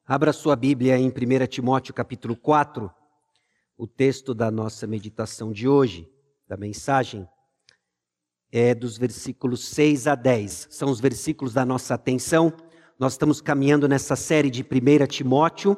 Abra sua Bíblia em 1 Timóteo capítulo 4, o texto da nossa meditação de hoje, da mensagem, é dos versículos 6 a 10. São os versículos da nossa atenção. Nós estamos caminhando nessa série de 1 Timóteo,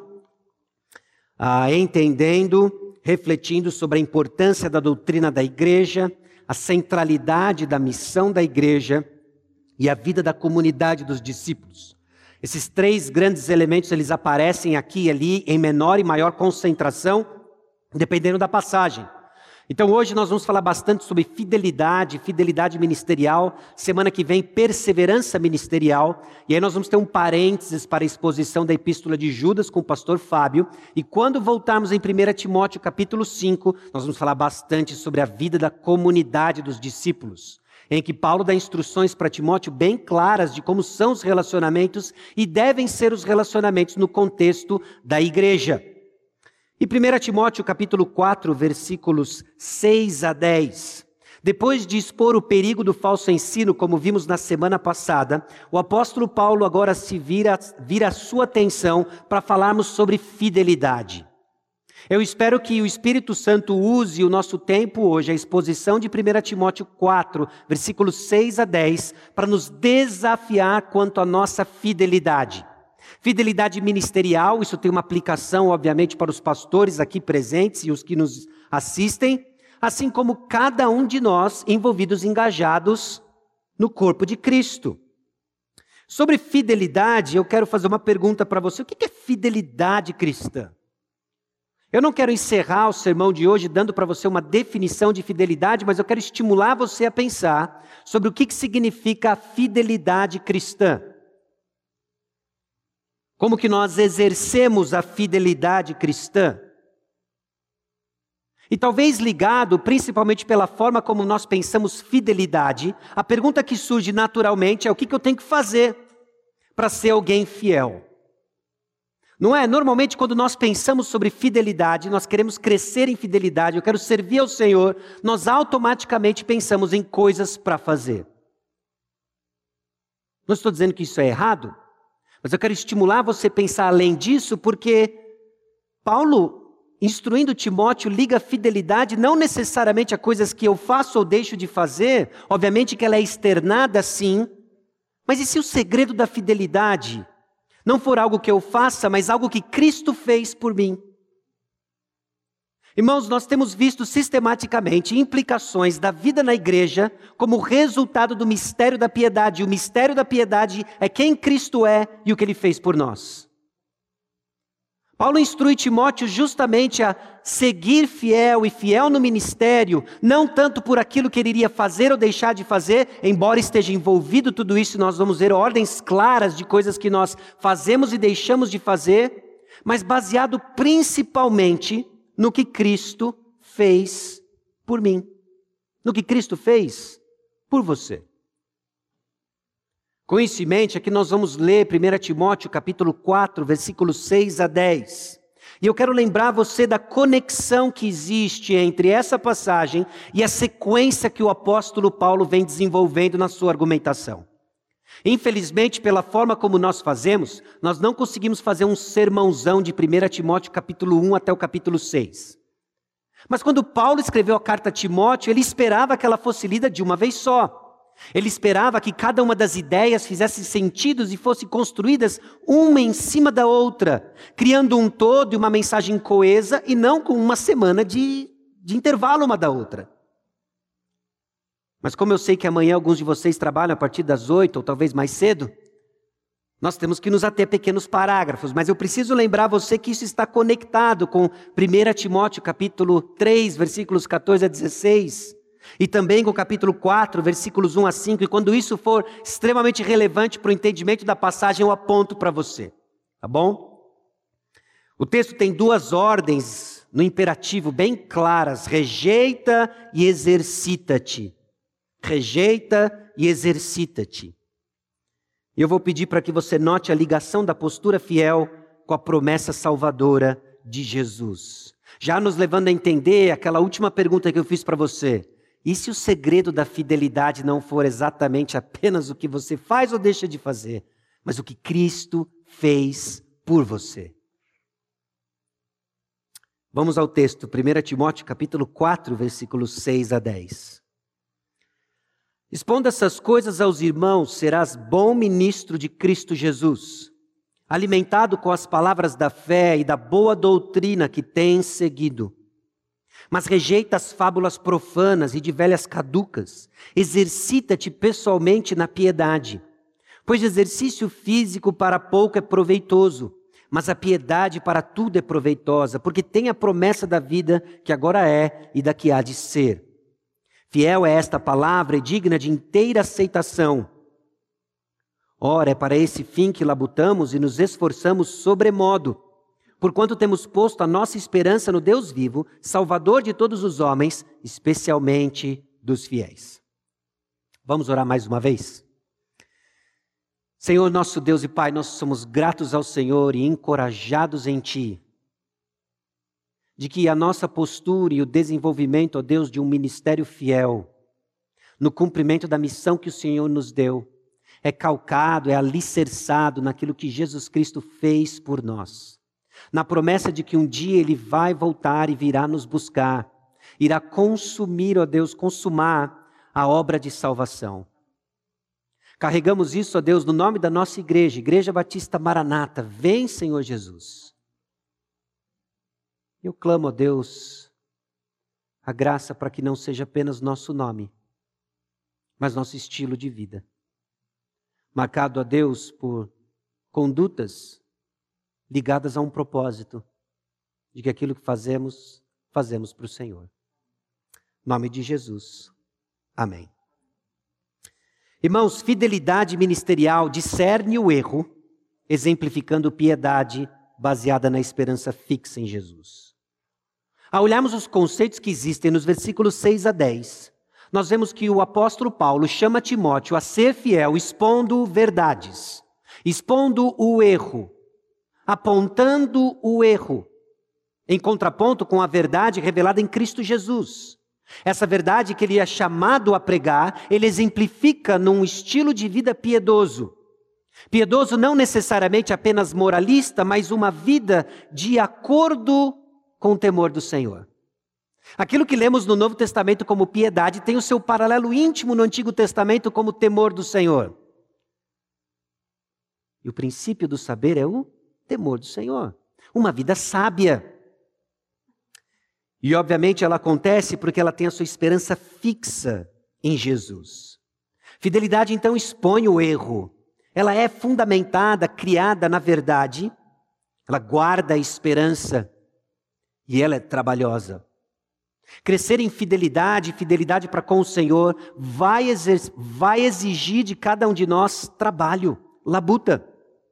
entendendo, refletindo sobre a importância da doutrina da igreja, a centralidade da missão da igreja e a vida da comunidade dos discípulos. Esses três grandes elementos, eles aparecem aqui e ali em menor e maior concentração, dependendo da passagem. Então hoje nós vamos falar bastante sobre fidelidade ministerial, semana que vem perseverança ministerial, e aí nós vamos ter um parênteses para a exposição da epístola de Judas com o pastor Fábio, e quando voltarmos em 1 Timóteo capítulo 5, nós vamos falar bastante sobre a vida da comunidade dos discípulos, em que Paulo dá instruções para Timóteo bem claras de como são os relacionamentos e devem ser os relacionamentos no contexto da igreja. E 1 Timóteo capítulo 4, versículos 6 a 10. Depois de expor o perigo do falso ensino, como vimos na semana passada, o apóstolo Paulo agora vira a sua atenção para falarmos sobre fidelidade. Eu espero que o Espírito Santo use o nosso tempo hoje, a exposição de 1 Timóteo 4, versículos 6 a 10, para nos desafiar quanto à nossa fidelidade. Fidelidade ministerial, isso tem uma aplicação, obviamente, para os pastores aqui presentes e os que nos assistem, assim como cada um de nós envolvidos, engajados no corpo de Cristo. Sobre fidelidade, eu quero fazer uma pergunta para você. O que é fidelidade cristã? Eu não quero encerrar o sermão de hoje dando para você uma definição de fidelidade, mas eu quero estimular você a pensar sobre o que significa a fidelidade cristã. Como que nós exercemos a fidelidade cristã? E talvez ligado, principalmente pela forma como nós pensamos fidelidade, a pergunta que surge naturalmente é o que eu tenho que fazer para ser alguém fiel? Não é? Normalmente quando nós pensamos sobre fidelidade, nós queremos crescer em fidelidade, eu quero servir ao Senhor, nós automaticamente pensamos em coisas para fazer. Não estou dizendo que isso é errado, mas eu quero estimular você a pensar além disso, porque Paulo, instruindo Timóteo, liga a fidelidade não necessariamente a coisas que eu faço ou deixo de fazer, obviamente que ela é externada sim, mas e se o segredo da fidelidade não for algo que eu faça, mas algo que Cristo fez por mim? Irmãos, nós temos visto sistematicamente implicações da vida na igreja como resultado do mistério da piedade. E o mistério da piedade é quem Cristo é e o que Ele fez por nós. Paulo instrui Timóteo justamente a seguir fiel e fiel no ministério, não tanto por aquilo que ele iria fazer ou deixar de fazer, embora esteja envolvido tudo isso, nós vamos ver ordens claras de coisas que nós fazemos e deixamos de fazer, mas baseado principalmente no que Cristo fez por mim. No que Cristo fez por você. Com isso em mente, aqui nós vamos ler 1 Timóteo capítulo 4, versículos 6 a 10. E eu quero lembrar você da conexão que existe entre essa passagem e a sequência que o apóstolo Paulo vem desenvolvendo na sua argumentação. Infelizmente, pela forma como nós fazemos, nós não conseguimos fazer um sermãozão de 1 Timóteo capítulo 1 até o capítulo 6. Mas quando Paulo escreveu a carta a Timóteo, ele esperava que ela fosse lida de uma vez só. Ele esperava que cada uma das ideias fizesse sentido e fosse construídas uma em cima da outra, criando um todo e uma mensagem coesa e não com uma semana de intervalo uma da outra. Mas como eu sei que amanhã alguns de vocês trabalham a partir das 8 ou talvez mais cedo, nós temos que nos ater a pequenos parágrafos, mas eu preciso lembrar você que isso está conectado com 1 Timóteo capítulo 3, versículos 14 a 16, e também com o capítulo 4, versículos 1 a 5, e quando isso for extremamente relevante para o entendimento da passagem, eu aponto para você, tá bom? O texto tem duas ordens no imperativo bem claras: rejeita e exercita-te. Rejeita e exercita-te. E eu vou pedir para que você note a ligação da postura fiel com a promessa salvadora de Jesus. Já nos levando a entender aquela última pergunta que eu fiz para você. E se o segredo da fidelidade não for exatamente apenas o que você faz ou deixa de fazer, mas o que Cristo fez por você. Vamos ao texto, 1 Timóteo capítulo 4, versículos 6 a 10. Expondo essas coisas aos irmãos, serás bom ministro de Cristo Jesus, alimentado com as palavras da fé e da boa doutrina que tens seguido. Mas rejeita as fábulas profanas e de velhas caducas. Exercita-te pessoalmente na piedade, pois exercício físico para pouco é proveitoso, mas a piedade para tudo é proveitosa, porque tem a promessa da vida que agora é e da que há de ser. Fiel é esta palavra e digna de inteira aceitação. Ora, é para esse fim que labutamos e nos esforçamos sobremodo, porquanto temos posto a nossa esperança no Deus vivo, Salvador de todos os homens, especialmente dos fiéis. Vamos orar mais uma vez? Senhor, nosso Deus e Pai, nós somos gratos ao Senhor e encorajados em Ti, de que a nossa postura e o desenvolvimento, ó Deus, de um ministério fiel, no cumprimento da missão que o Senhor nos deu, é calcado, é alicerçado naquilo que Jesus Cristo fez por nós. Na promessa de que um dia Ele vai voltar e virá nos buscar, irá consumir, ó Deus, consumar a obra de salvação. Carregamos isso, ó Deus, no nome da nossa igreja, Igreja Batista Maranata. Vem, Senhor Jesus. Eu clamo, ó Deus, a graça para que não seja apenas nosso nome, mas nosso estilo de vida. Marcado, ó Deus, por condutas ligadas a um propósito, de que aquilo que fazemos, fazemos para o Senhor. Em nome de Jesus. Amém. Irmãos, fidelidade ministerial discerne o erro, exemplificando piedade baseada na esperança fixa em Jesus. Ao olharmos os conceitos que existem nos versículos 6 a 10, nós vemos que o apóstolo Paulo chama Timóteo a ser fiel, expondo verdades, expondo o erro, apontando o erro, em contraponto com a verdade revelada em Cristo Jesus. Essa verdade que ele é chamado a pregar, ele exemplifica num estilo de vida piedoso. Piedoso não necessariamente apenas moralista, mas uma vida de acordo com o temor do Senhor. Aquilo que lemos no Novo Testamento como piedade tem o seu paralelo íntimo no Antigo Testamento como temor do Senhor. E o princípio do saber é o temor do Senhor. Uma vida sábia. E obviamente ela acontece porque ela tem a sua esperança fixa em Jesus. Fidelidade então expõe o erro. Ela é fundamentada, criada na verdade. Ela guarda a esperança e ela é trabalhosa. Crescer em fidelidade, fidelidade para com o Senhor, vai exigir de cada um de nós trabalho, labuta.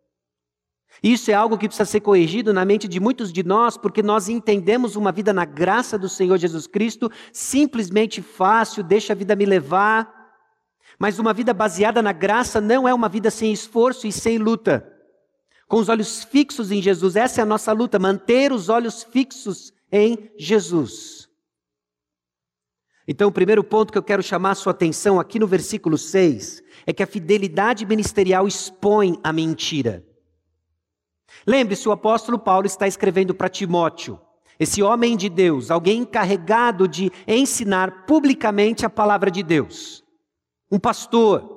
Isso é algo que precisa ser corrigido na mente de muitos de nós, porque nós entendemos uma vida na graça do Senhor Jesus Cristo, simplesmente fácil, deixa a vida me levar. Mas uma vida baseada na graça não é uma vida sem esforço e sem luta. Com os olhos fixos em Jesus, essa é a nossa luta, manter os olhos fixos em Jesus. Então, o primeiro ponto que eu quero chamar a sua atenção aqui no versículo 6, é que a fidelidade ministerial expõe a mentira. Lembre-se, o apóstolo Paulo está escrevendo para Timóteo, esse homem de Deus, alguém encarregado de ensinar publicamente a palavra de Deus. Um pastor.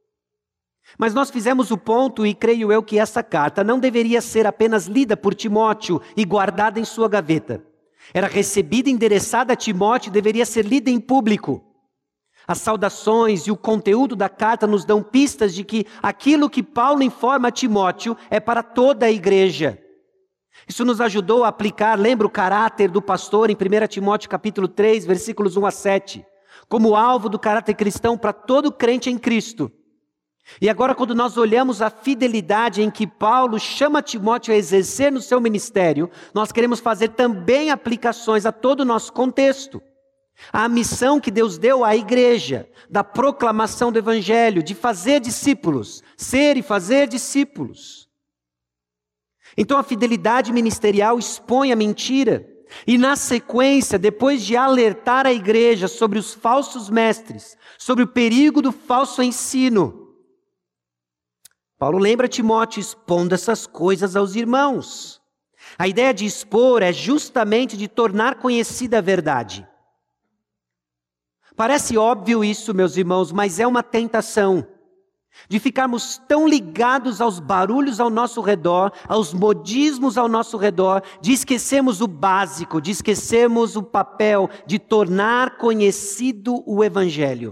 Mas nós fizemos o ponto e creio eu que essa carta não deveria ser apenas lida por Timóteo e guardada em sua gaveta. Era recebida e endereçada a Timóteo e deveria ser lida em público. As saudações e o conteúdo da carta nos dão pistas de que aquilo que Paulo informa a Timóteo é para toda a igreja. Isso nos ajudou a aplicar, lembra o caráter do pastor em 1 Timóteo capítulo 3, versículos 1 a 7, como alvo do caráter cristão para todo crente em Cristo. E agora, quando nós olhamos a fidelidade em que Paulo chama Timóteo a exercer no seu ministério, nós queremos fazer também aplicações a todo o nosso contexto. A missão que Deus deu à igreja, da proclamação do evangelho, de fazer discípulos, ser e fazer discípulos. Então a fidelidade ministerial expõe a mentira, e na sequência, depois de alertar a igreja sobre os falsos mestres, sobre o perigo do falso ensino, Paulo lembra Timóteo expondo essas coisas aos irmãos. A ideia de expor é justamente de tornar conhecida a verdade. Parece óbvio isso, meus irmãos, mas é uma tentação de ficarmos tão ligados aos barulhos ao nosso redor, aos modismos ao nosso redor, de esquecermos o básico, de esquecermos o papel de tornar conhecido o Evangelho.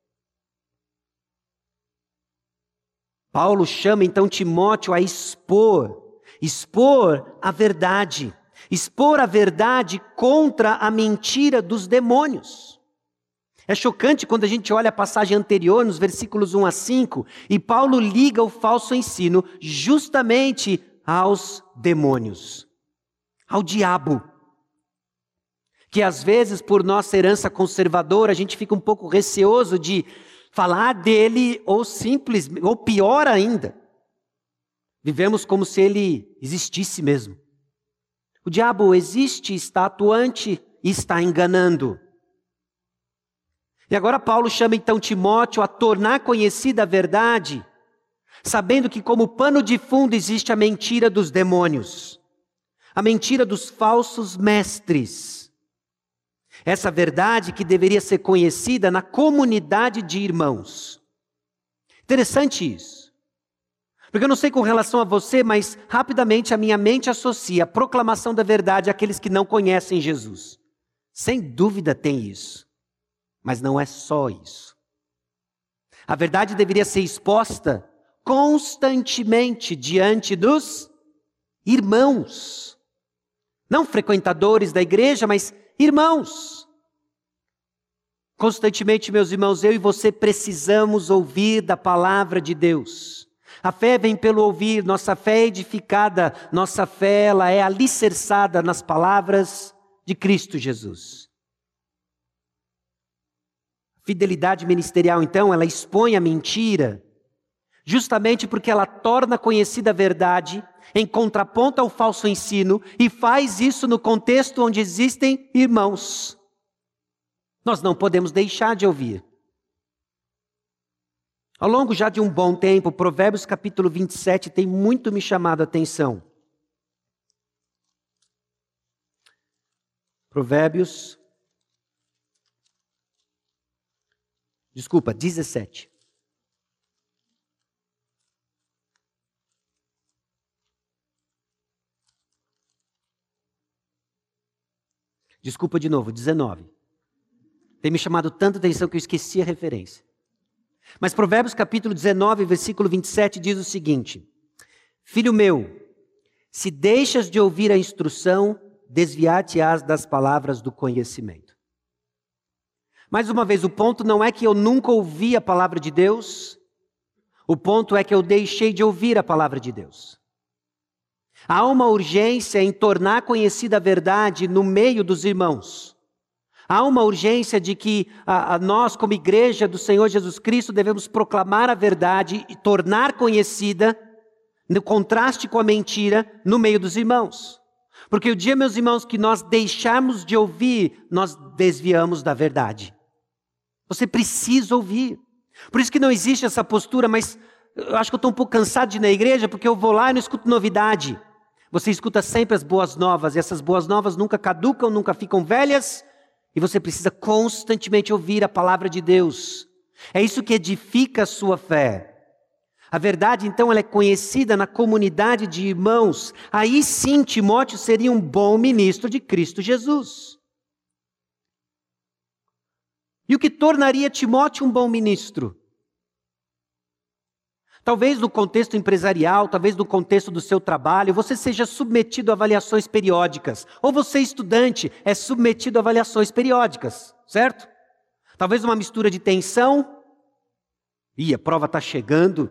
Paulo chama então Timóteo a expor a verdade contra a mentira dos demônios. É chocante quando a gente olha a passagem anterior, nos versículos 1 a 5, e Paulo liga o falso ensino justamente aos demônios, ao diabo. Que às vezes, por nossa herança conservadora, a gente fica um pouco receoso de falar dele, ou pior ainda, vivemos como se ele existisse mesmo. O diabo existe, está atuante e está enganando. E agora Paulo chama então Timóteo a tornar conhecida a verdade, sabendo que como pano de fundo existe a mentira dos demônios, a mentira dos falsos mestres. Essa verdade que deveria ser conhecida na comunidade de irmãos. Interessante isso. Porque eu não sei com relação a você, mas rapidamente a minha mente associa a proclamação da verdade àqueles que não conhecem Jesus. Sem dúvida tem isso. Mas não é só isso. A verdade deveria ser exposta constantemente diante dos irmãos. Não frequentadores da igreja, mas irmãos. Constantemente, meus irmãos, eu e você precisamos ouvir da palavra de Deus. A fé vem pelo ouvir, nossa fé é edificada, nossa fé ela é alicerçada nas palavras de Cristo Jesus. Fidelidade ministerial, então, ela expõe a mentira, justamente porque ela torna conhecida a verdade, em contraponto ao falso ensino, e faz isso no contexto onde existem irmãos. Nós não podemos deixar de ouvir. Ao longo já de um bom tempo, Provérbios capítulo 27 tem muito me chamado a atenção. Provérbios 17. Desculpa de novo, 19. Tem me chamado tanta atenção que eu esqueci a referência. Mas Provérbios capítulo 19, versículo 27 diz o seguinte: Filho meu, se deixas de ouvir a instrução, desviar-te-ás das palavras do conhecimento. Mais uma vez, o ponto não é que eu nunca ouvi a palavra de Deus, o ponto é que eu deixei de ouvir a palavra de Deus. Há uma urgência em tornar conhecida a verdade no meio dos irmãos. Há uma urgência de que nós, como igreja do Senhor Jesus Cristo, devemos proclamar a verdade e tornar conhecida, no contraste com a mentira, no meio dos irmãos. Porque o dia, meus irmãos, que nós deixarmos de ouvir, nós desviamos da verdade. Você precisa ouvir. Por isso que não existe essa postura, mas eu acho que eu estou um pouco cansado de ir na igreja, porque eu vou lá e não escuto novidade. Você escuta sempre as boas novas, e essas boas novas nunca caducam, nunca ficam velhas, e você precisa constantemente ouvir a palavra de Deus. É isso que edifica a sua fé. A verdade, então, ela é conhecida na comunidade de irmãos. Aí sim, Timóteo seria um bom ministro de Cristo Jesus. E o que tornaria Timóteo um bom ministro? Talvez no contexto empresarial, talvez no contexto do seu trabalho, você seja submetido a avaliações periódicas. Ou você, estudante, é submetido a avaliações periódicas, certo? Talvez uma mistura de tensão. A prova está chegando.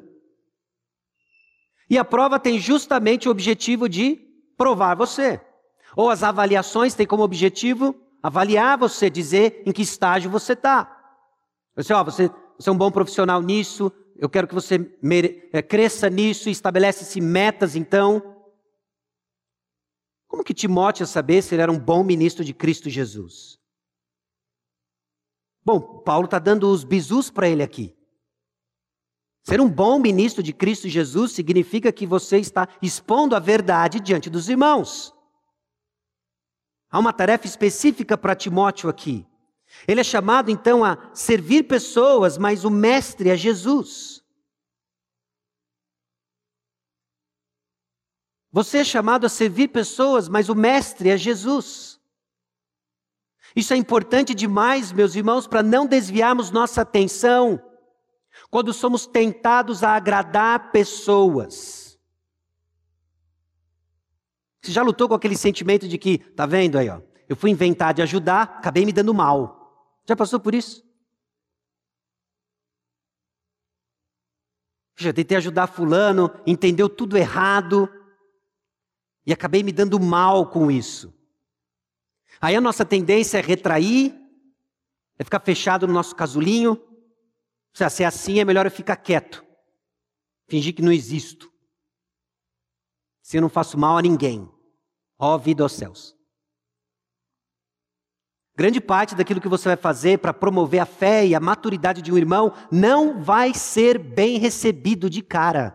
E a prova tem justamente o objetivo de provar você. Ou as avaliações têm como objetivo avaliar você, dizer em que estágio você está. Você é um bom profissional nisso, eu quero que você cresça nisso e estabelece-se metas, então. Como que Timóteo ia saber se ele era um bom ministro de Cristo Jesus? Bom, Paulo está dando os bizus para ele aqui. Ser um bom ministro de Cristo Jesus significa que você está expondo a verdade diante dos irmãos. Há uma tarefa específica para Timóteo aqui. Ele é chamado então a servir pessoas, mas o mestre é Jesus. Você é chamado a servir pessoas, mas o mestre é Jesus. Isso é importante demais, meus irmãos, para não desviarmos nossa atenção quando somos tentados a agradar pessoas. Você já lutou com aquele sentimento de que, tá vendo aí, ó, eu fui inventar de ajudar, acabei me dando mal. Já passou por isso? Já tentei ajudar fulano, entendeu tudo errado e acabei me dando mal com isso. Aí a nossa tendência é retrair, é ficar fechado no nosso casulinho. Se é assim, é melhor eu ficar quieto. Fingir que não existo. Se eu não faço mal a ninguém. Ó vida aos céus. Grande parte daquilo que você vai fazer para promover a fé e a maturidade de um irmão não vai ser bem recebido de cara.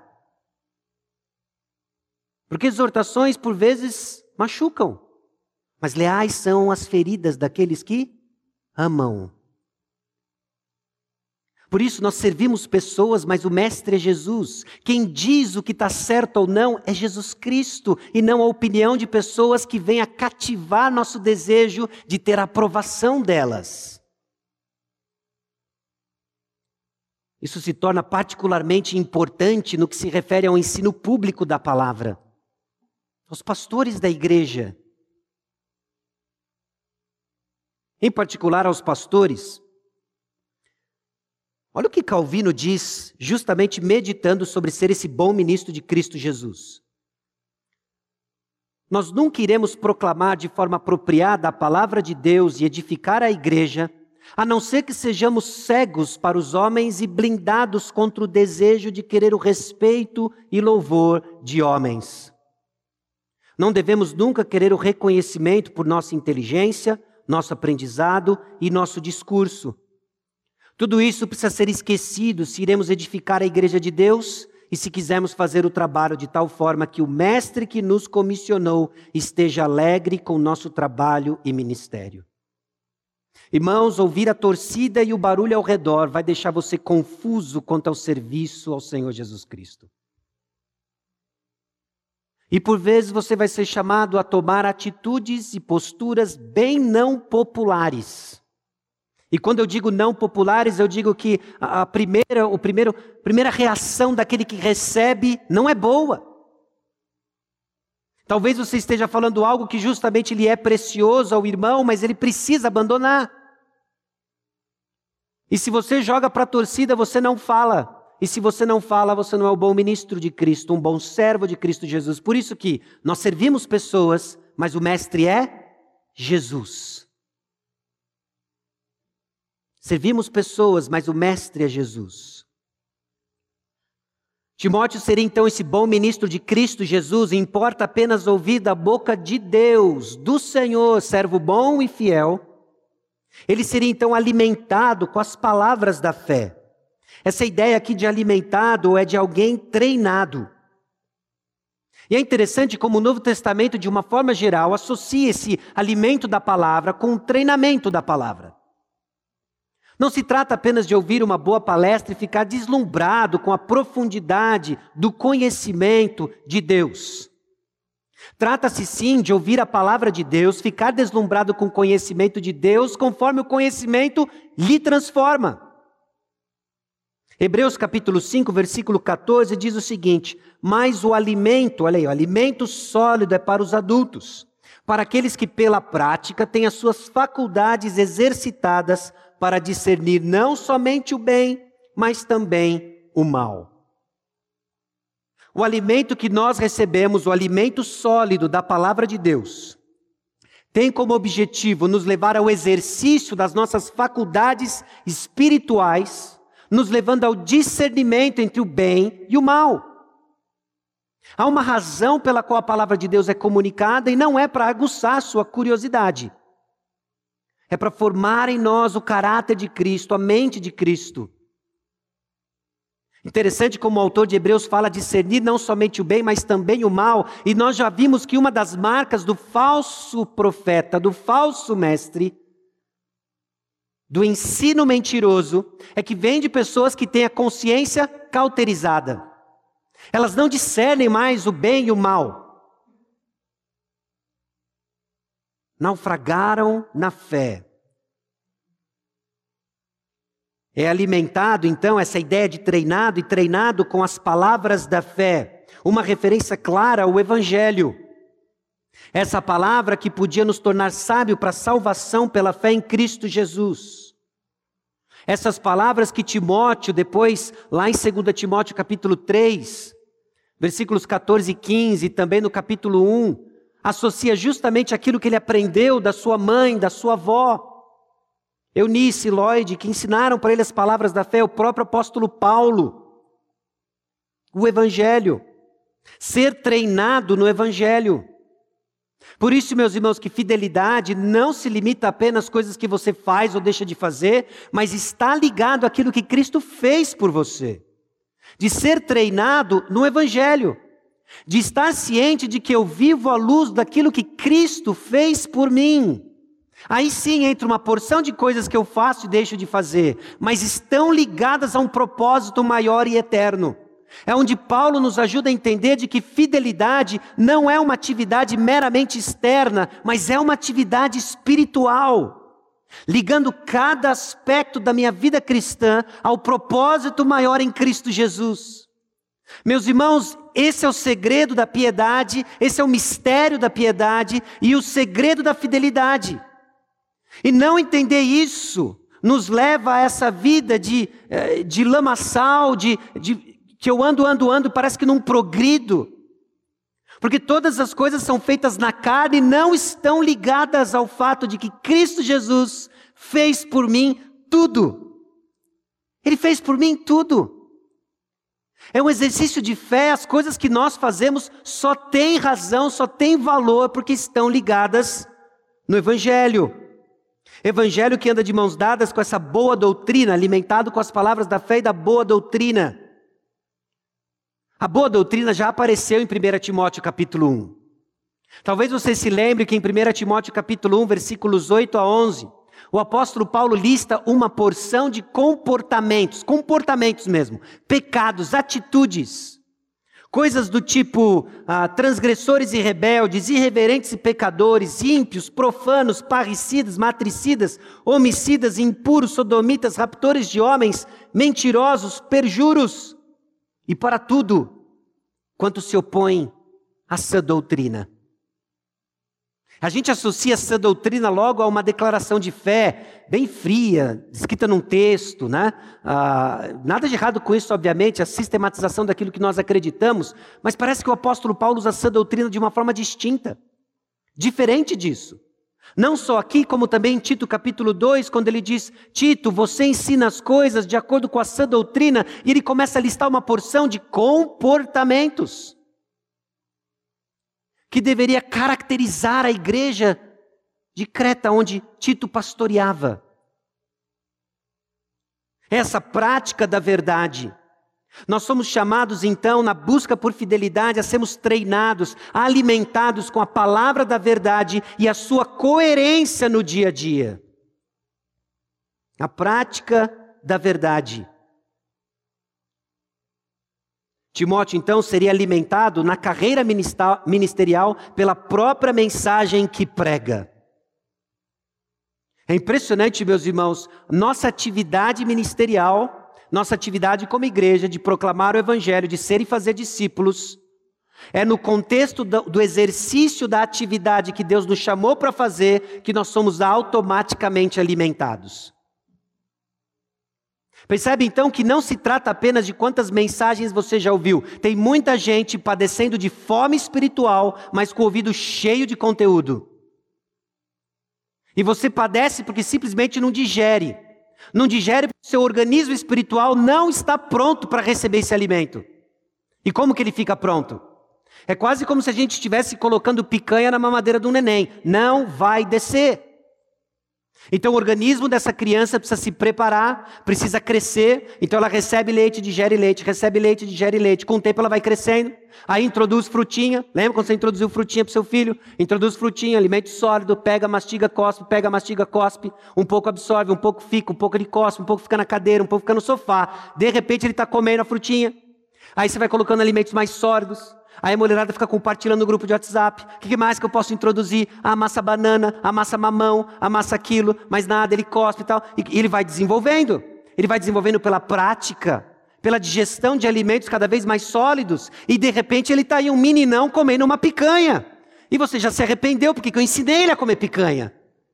Porque exortações, por vezes, machucam. Mas leais são as feridas daqueles que amam. Por isso nós servimos pessoas, mas o mestre é Jesus. Quem diz o que está certo ou não é Jesus Cristo, e não a opinião de pessoas que vêm a cativar nosso desejo de ter a aprovação delas. Isso se torna particularmente importante no que se refere ao ensino público da palavra. Os pastores da igreja, em particular aos pastores. Olha o que Calvino diz, justamente meditando sobre ser esse bom ministro de Cristo Jesus. Nós nunca iremos proclamar de forma apropriada a palavra de Deus e edificar a igreja, a não ser que sejamos cegos para os homens e blindados contra o desejo de querer o respeito e louvor de homens. Não devemos nunca querer o reconhecimento por nossa inteligência, nosso aprendizado e nosso discurso. Tudo isso precisa ser esquecido se iremos edificar a igreja de Deus e se quisermos fazer o trabalho de tal forma que o mestre que nos comissionou esteja alegre com o nosso trabalho e ministério. Irmãos, ouvir a torcida e o barulho ao redor vai deixar você confuso quanto ao serviço ao Senhor Jesus Cristo. E por vezes você vai ser chamado a tomar atitudes e posturas bem não populares. E quando eu digo não populares, eu digo que a primeira reação daquele que recebe não é boa. Talvez você esteja falando algo que justamente lhe é precioso ao irmão, mas ele precisa abandonar. E se você joga para a torcida, você não fala. E se você não fala, você não é um bom ministro de Cristo, um bom servo de Cristo Jesus. Por isso que nós servimos pessoas, mas o mestre é Jesus. Servimos pessoas, mas o mestre é Jesus. Timóteo seria então esse bom ministro de Cristo Jesus, e importa apenas ouvir da boca de Deus, do Senhor, servo bom e fiel. Ele seria então alimentado com as palavras da fé. Essa ideia aqui de alimentado é de alguém treinado. E é interessante como o Novo Testamento, de uma forma geral, associa esse alimento da palavra com o treinamento da palavra. Não se trata apenas de ouvir uma boa palestra e ficar deslumbrado com a profundidade do conhecimento de Deus. Trata-se sim de ouvir a palavra de Deus, ficar deslumbrado com o conhecimento de Deus, conforme o conhecimento lhe transforma. Hebreus capítulo 5, versículo 14 diz o seguinte: mas o alimento, olha aí, o alimento sólido é para os adultos, para aqueles que pela prática têm as suas faculdades exercitadas para discernir não somente o bem, mas também o mal. O alimento que nós recebemos, o alimento sólido da palavra de Deus, tem como objetivo nos levar ao exercício das nossas faculdades espirituais, nos levando ao discernimento entre o bem e o mal. Há uma razão pela qual a palavra de Deus é comunicada e não é para aguçar a sua curiosidade. É para formar em nós o caráter de Cristo, a mente de Cristo. Interessante como o autor de Hebreus fala discernir não somente o bem, mas também o mal. E nós já vimos que uma das marcas do falso profeta, do falso mestre, do ensino mentiroso, é que vem de pessoas que têm a consciência cauterizada. Elas não discernem mais o bem e o mal. Naufragaram na fé. É alimentado, então, essa ideia de treinado e treinado com as palavras da fé. Uma referência clara ao Evangelho. Essa palavra que podia nos tornar sábio para a salvação pela fé em Cristo Jesus. Essas palavras que Timóteo, depois, lá em 2 Timóteo capítulo 3, versículos 14 e 15, e também no capítulo 1, associa justamente aquilo que ele aprendeu da sua mãe, da sua avó. Eunice e Lloyd, que ensinaram para ele as palavras da fé, o próprio apóstolo Paulo. O Evangelho. Ser treinado no Evangelho. Por isso, meus irmãos, que fidelidade não se limita apenas às coisas que você faz ou deixa de fazer, mas está ligado àquilo que Cristo fez por você. De ser treinado no Evangelho. De estar ciente de que eu vivo à luz daquilo que Cristo fez por mim. Aí sim entra uma porção de coisas que eu faço e deixo de fazer, mas estão ligadas a um propósito maior e eterno. É onde Paulo nos ajuda a entender de que fidelidade não é uma atividade meramente externa, mas é uma atividade espiritual, ligando cada aspecto da minha vida cristã ao propósito maior em Cristo Jesus. Meus irmãos, esse é o segredo da piedade, esse é o mistério da piedade e o segredo da fidelidade. E não entender isso nos leva a essa vida de lamaçal, que eu ando, e parece que não progrido. Porque todas as coisas são feitas na carne e não estão ligadas ao fato de que Cristo Jesus fez por mim tudo. Ele fez por mim tudo. É um exercício de fé, as coisas que nós fazemos só têm razão, só têm valor porque estão ligadas no Evangelho. Evangelho que anda de mãos dadas com essa boa doutrina, alimentado com as palavras da fé e da boa doutrina. A boa doutrina já apareceu em 1 Timóteo capítulo 1. Talvez você se lembre que em 1 Timóteo capítulo 1, versículos 8 a 11, o apóstolo Paulo lista uma porção de comportamentos mesmo, pecados, atitudes. Coisas do tipo transgressores e rebeldes, irreverentes e pecadores, ímpios, profanos, parricidas, matricidas, homicidas, impuros, sodomitas, raptores de homens, mentirosos, perjuros. E para tudo quanto se opõe à sã doutrina. A gente associa essa doutrina logo a uma declaração de fé bem fria, escrita num texto, né? Nada de errado com isso, obviamente, a sistematização daquilo que nós acreditamos, mas parece que o apóstolo Paulo usa essa doutrina de uma forma distinta, diferente disso. Não só aqui, como também em Tito capítulo 2, quando ele diz, Tito, você ensina as coisas de acordo com a sã doutrina, e ele começa a listar uma porção de comportamentos que deveria caracterizar a igreja de Creta, onde Tito pastoreava. Essa prática da verdade. Nós somos chamados, então, na busca por fidelidade, a sermos treinados, alimentados com a palavra da verdade e a sua coerência no dia a dia. A prática da verdade. Timóteo, então, seria alimentado na carreira ministerial pela própria mensagem que prega. É impressionante, meus irmãos, nossa atividade ministerial, nossa atividade como igreja de proclamar o Evangelho, de ser e fazer discípulos, é no contexto do exercício da atividade que Deus nos chamou para fazer, que nós somos automaticamente alimentados. Percebe então que não se trata apenas de quantas mensagens você já ouviu. Tem muita gente padecendo de fome espiritual, mas com o ouvido cheio de conteúdo. E você padece porque simplesmente não digere. Não digere porque o seu organismo espiritual não está pronto para receber esse alimento. E como que ele fica pronto? É quase como se a gente estivesse colocando picanha na mamadeira do neném. Não vai descer. Então o organismo dessa criança precisa se preparar, precisa crescer, então ela recebe leite, digere leite, recebe leite, digere leite. Com o tempo ela vai crescendo, aí introduz frutinha. Lembra quando você introduziu frutinha para o seu filho? Introduz frutinha, alimento sólido, pega, mastiga, cospe, um pouco absorve, um pouco fica, um pouco ele cospe, um pouco fica na cadeira, um pouco fica no sofá. De repente ele está comendo a frutinha. Aí você vai colocando alimentos mais sólidos. Aí a mulherada fica compartilhando no grupo de WhatsApp. O que mais que eu posso introduzir? Amassa banana, amassa mamão, amassa aquilo, mais nada, ele cospe e tal. E ele vai desenvolvendo. Ele vai desenvolvendo pela prática, pela digestão de alimentos cada vez mais sólidos. E de repente ele está aí um meninão comendo uma picanha. E você já se arrependeu porque eu ensinei ele a comer picanha.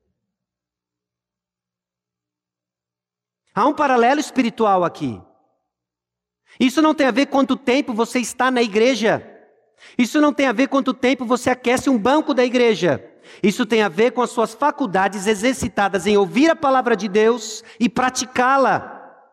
Há um paralelo espiritual aqui. Isso não tem a ver quanto tempo você está na igreja. Isso não tem a ver quanto tempo você aquece um banco da igreja. Isso tem a ver com as suas faculdades exercitadas em ouvir a palavra de Deus e praticá-la.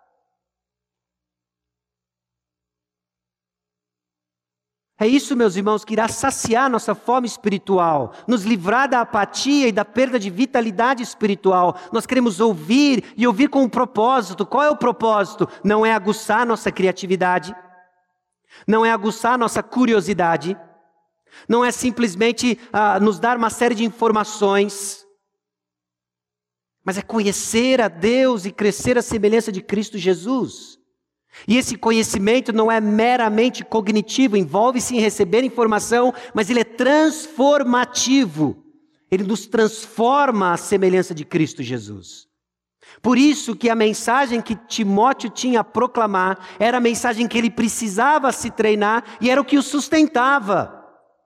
É isso, meus irmãos, que irá saciar nossa fome espiritual, nos livrar da apatia e da perda de vitalidade espiritual. Nós queremos ouvir e ouvir com um propósito. Qual é o propósito? Não é aguçar nossa criatividade, não é aguçar nossa curiosidade, não é simplesmente nos dar uma série de informações, mas é conhecer a Deus e crescer à semelhança de Cristo Jesus. E esse conhecimento não é meramente cognitivo, envolve-se em receber informação, mas ele é transformativo. Ele nos transforma à semelhança de Cristo Jesus. Por isso que a mensagem que Timóteo tinha a proclamar era a mensagem que ele precisava se treinar e era o que o sustentava.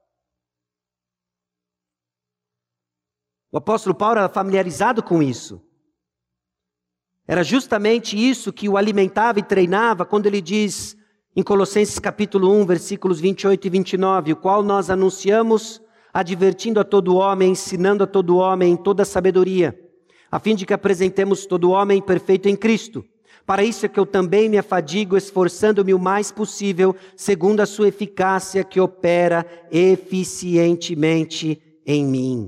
O apóstolo Paulo era familiarizado com isso. Era justamente isso que o alimentava e treinava quando ele diz em Colossenses capítulo 1, versículos 28 e 29, o qual nós anunciamos, advertindo a todo homem, ensinando a todo homem em toda sabedoria, a fim de que apresentemos todo homem perfeito em Cristo. Para isso é que eu também me afadigo, esforçando-me o mais possível, segundo a sua eficácia que opera eficientemente em mim.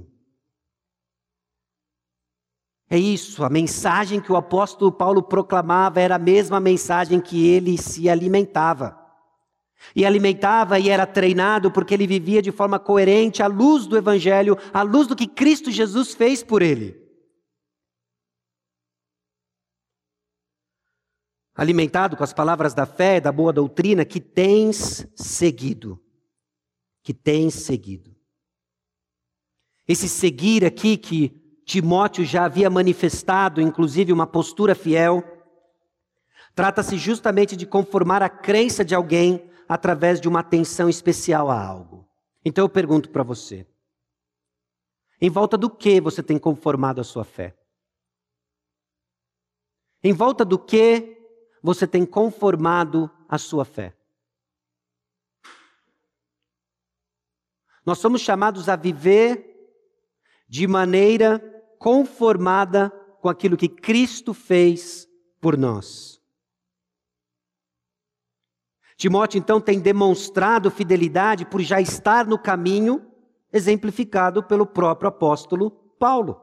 É isso, a mensagem que o apóstolo Paulo proclamava era a mesma mensagem que ele se alimentava. E alimentava e era treinado porque ele vivia de forma coerente à luz do Evangelho, à luz do que Cristo Jesus fez por ele. Alimentado com as palavras da fé, da boa doutrina que tens seguido. Que tens seguido. Esse seguir aqui que Timóteo já havia manifestado, inclusive, uma postura fiel. Trata-se justamente de conformar a crença de alguém através de uma atenção especial a algo. Então eu pergunto para você, em volta do que você tem conformado a sua fé? Em volta do que você tem conformado a sua fé? Nós somos chamados a viver de maneira conformada com aquilo que Cristo fez por nós. Timóteo, então, tem demonstrado fidelidade por já estar no caminho exemplificado pelo próprio apóstolo Paulo.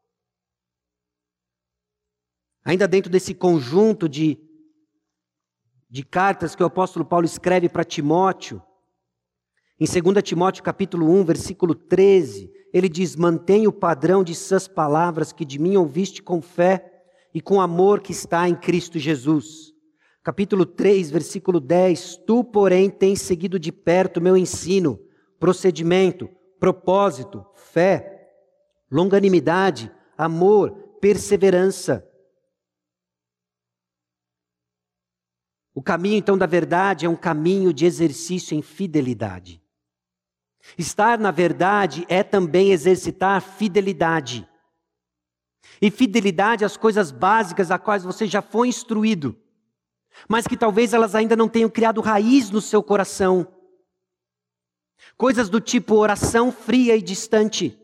Ainda dentro desse conjunto de cartas que o apóstolo Paulo escreve para Timóteo, em 2 Timóteo capítulo 1, versículo 13, ele diz, mantenha o padrão de suas palavras que de mim ouviste com fé e com amor que está em Cristo Jesus. Capítulo 3, versículo 10, tu, porém, tens seguido de perto o meu ensino, procedimento, propósito, fé, longanimidade, amor, perseverança. O caminho, então, da verdade é um caminho de exercício em fidelidade. Estar na verdade é também exercitar fidelidade. E fidelidade às coisas básicas a quais você já foi instruído, mas que talvez elas ainda não tenham criado raiz no seu coração. Coisas do tipo oração fria e distante.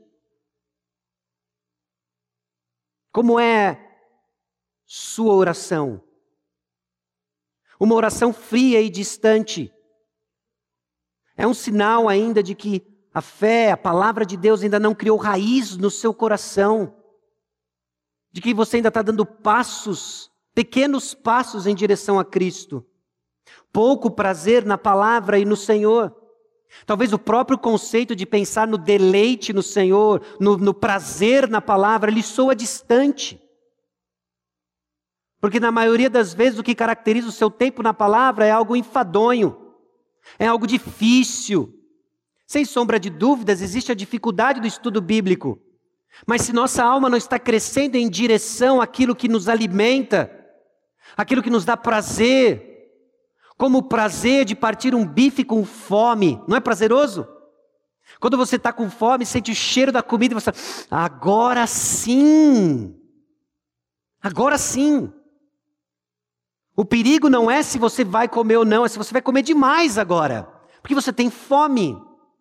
Como é sua oração? Uma oração fria e distante. É um sinal ainda de que a fé, a palavra de Deus ainda não criou raiz no seu coração. de que você ainda está dando passos, pequenos passos em direção a Cristo. Pouco prazer na palavra e no Senhor. Talvez o próprio conceito de pensar no deleite no Senhor, no prazer na palavra, lhe soa distante. Porque na maioria das vezes o que caracteriza o seu tempo na palavra é algo enfadonho, é algo difícil. Sem sombra de dúvidas, existe a dificuldade do estudo bíblico. Mas se nossa alma não está crescendo em direção àquilo que nos alimenta, aquilo que nos dá prazer, como o prazer de partir um bife com fome, não é prazeroso? Quando você está com fome, sente o cheiro da comida e você fala, agora sim, agora sim. O perigo não é se você vai comer ou não, é se você vai comer demais agora, porque você tem fome.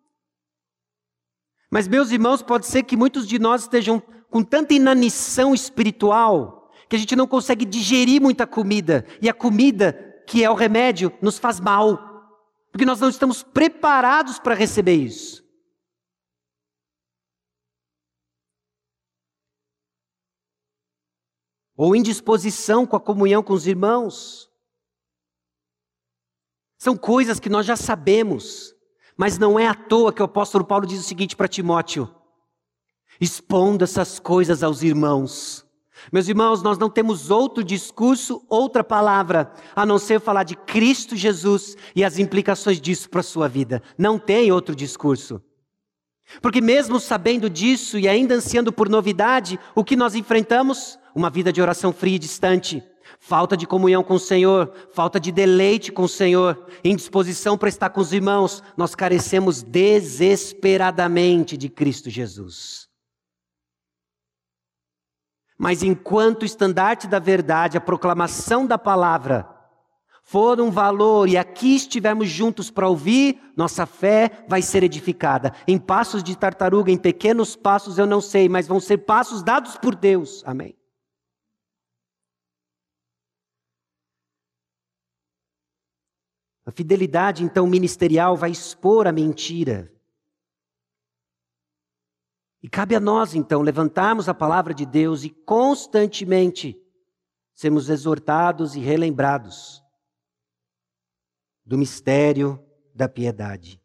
Mas, meus irmãos, pode ser que muitos de nós estejam com tanta inanição espiritual que a gente não consegue digerir muita comida. E a comida, que é o remédio, nos faz mal. Porque nós não estamos preparados para receber isso. Ou indisposição com a comunhão com os irmãos. São coisas que nós já sabemos. Mas não é à toa que o apóstolo Paulo diz o seguinte para Timóteo: expondo essas coisas aos irmãos. Meus irmãos, nós não temos outro discurso, outra palavra, a não ser falar de Cristo Jesus e as implicações disso para a sua vida. Não tem outro discurso. Porque mesmo sabendo disso e ainda ansiando por novidade, o que nós enfrentamos? Uma vida de oração fria e distante. Falta de comunhão com o Senhor, falta de deleite com o Senhor, indisposição para estar com os irmãos. Nós carecemos desesperadamente de Cristo Jesus. Mas enquanto o estandarte da verdade, a proclamação da palavra, for um valor e aqui estivermos juntos para ouvir, nossa fé vai ser edificada. Em passos de tartaruga, em pequenos passos eu não sei, mas vão ser passos dados por Deus. Amém. A fidelidade, então, ministerial vai expor a mentira. E cabe a nós, então, levantarmos a palavra de Deus e constantemente sermos exortados e relembrados do mistério da piedade.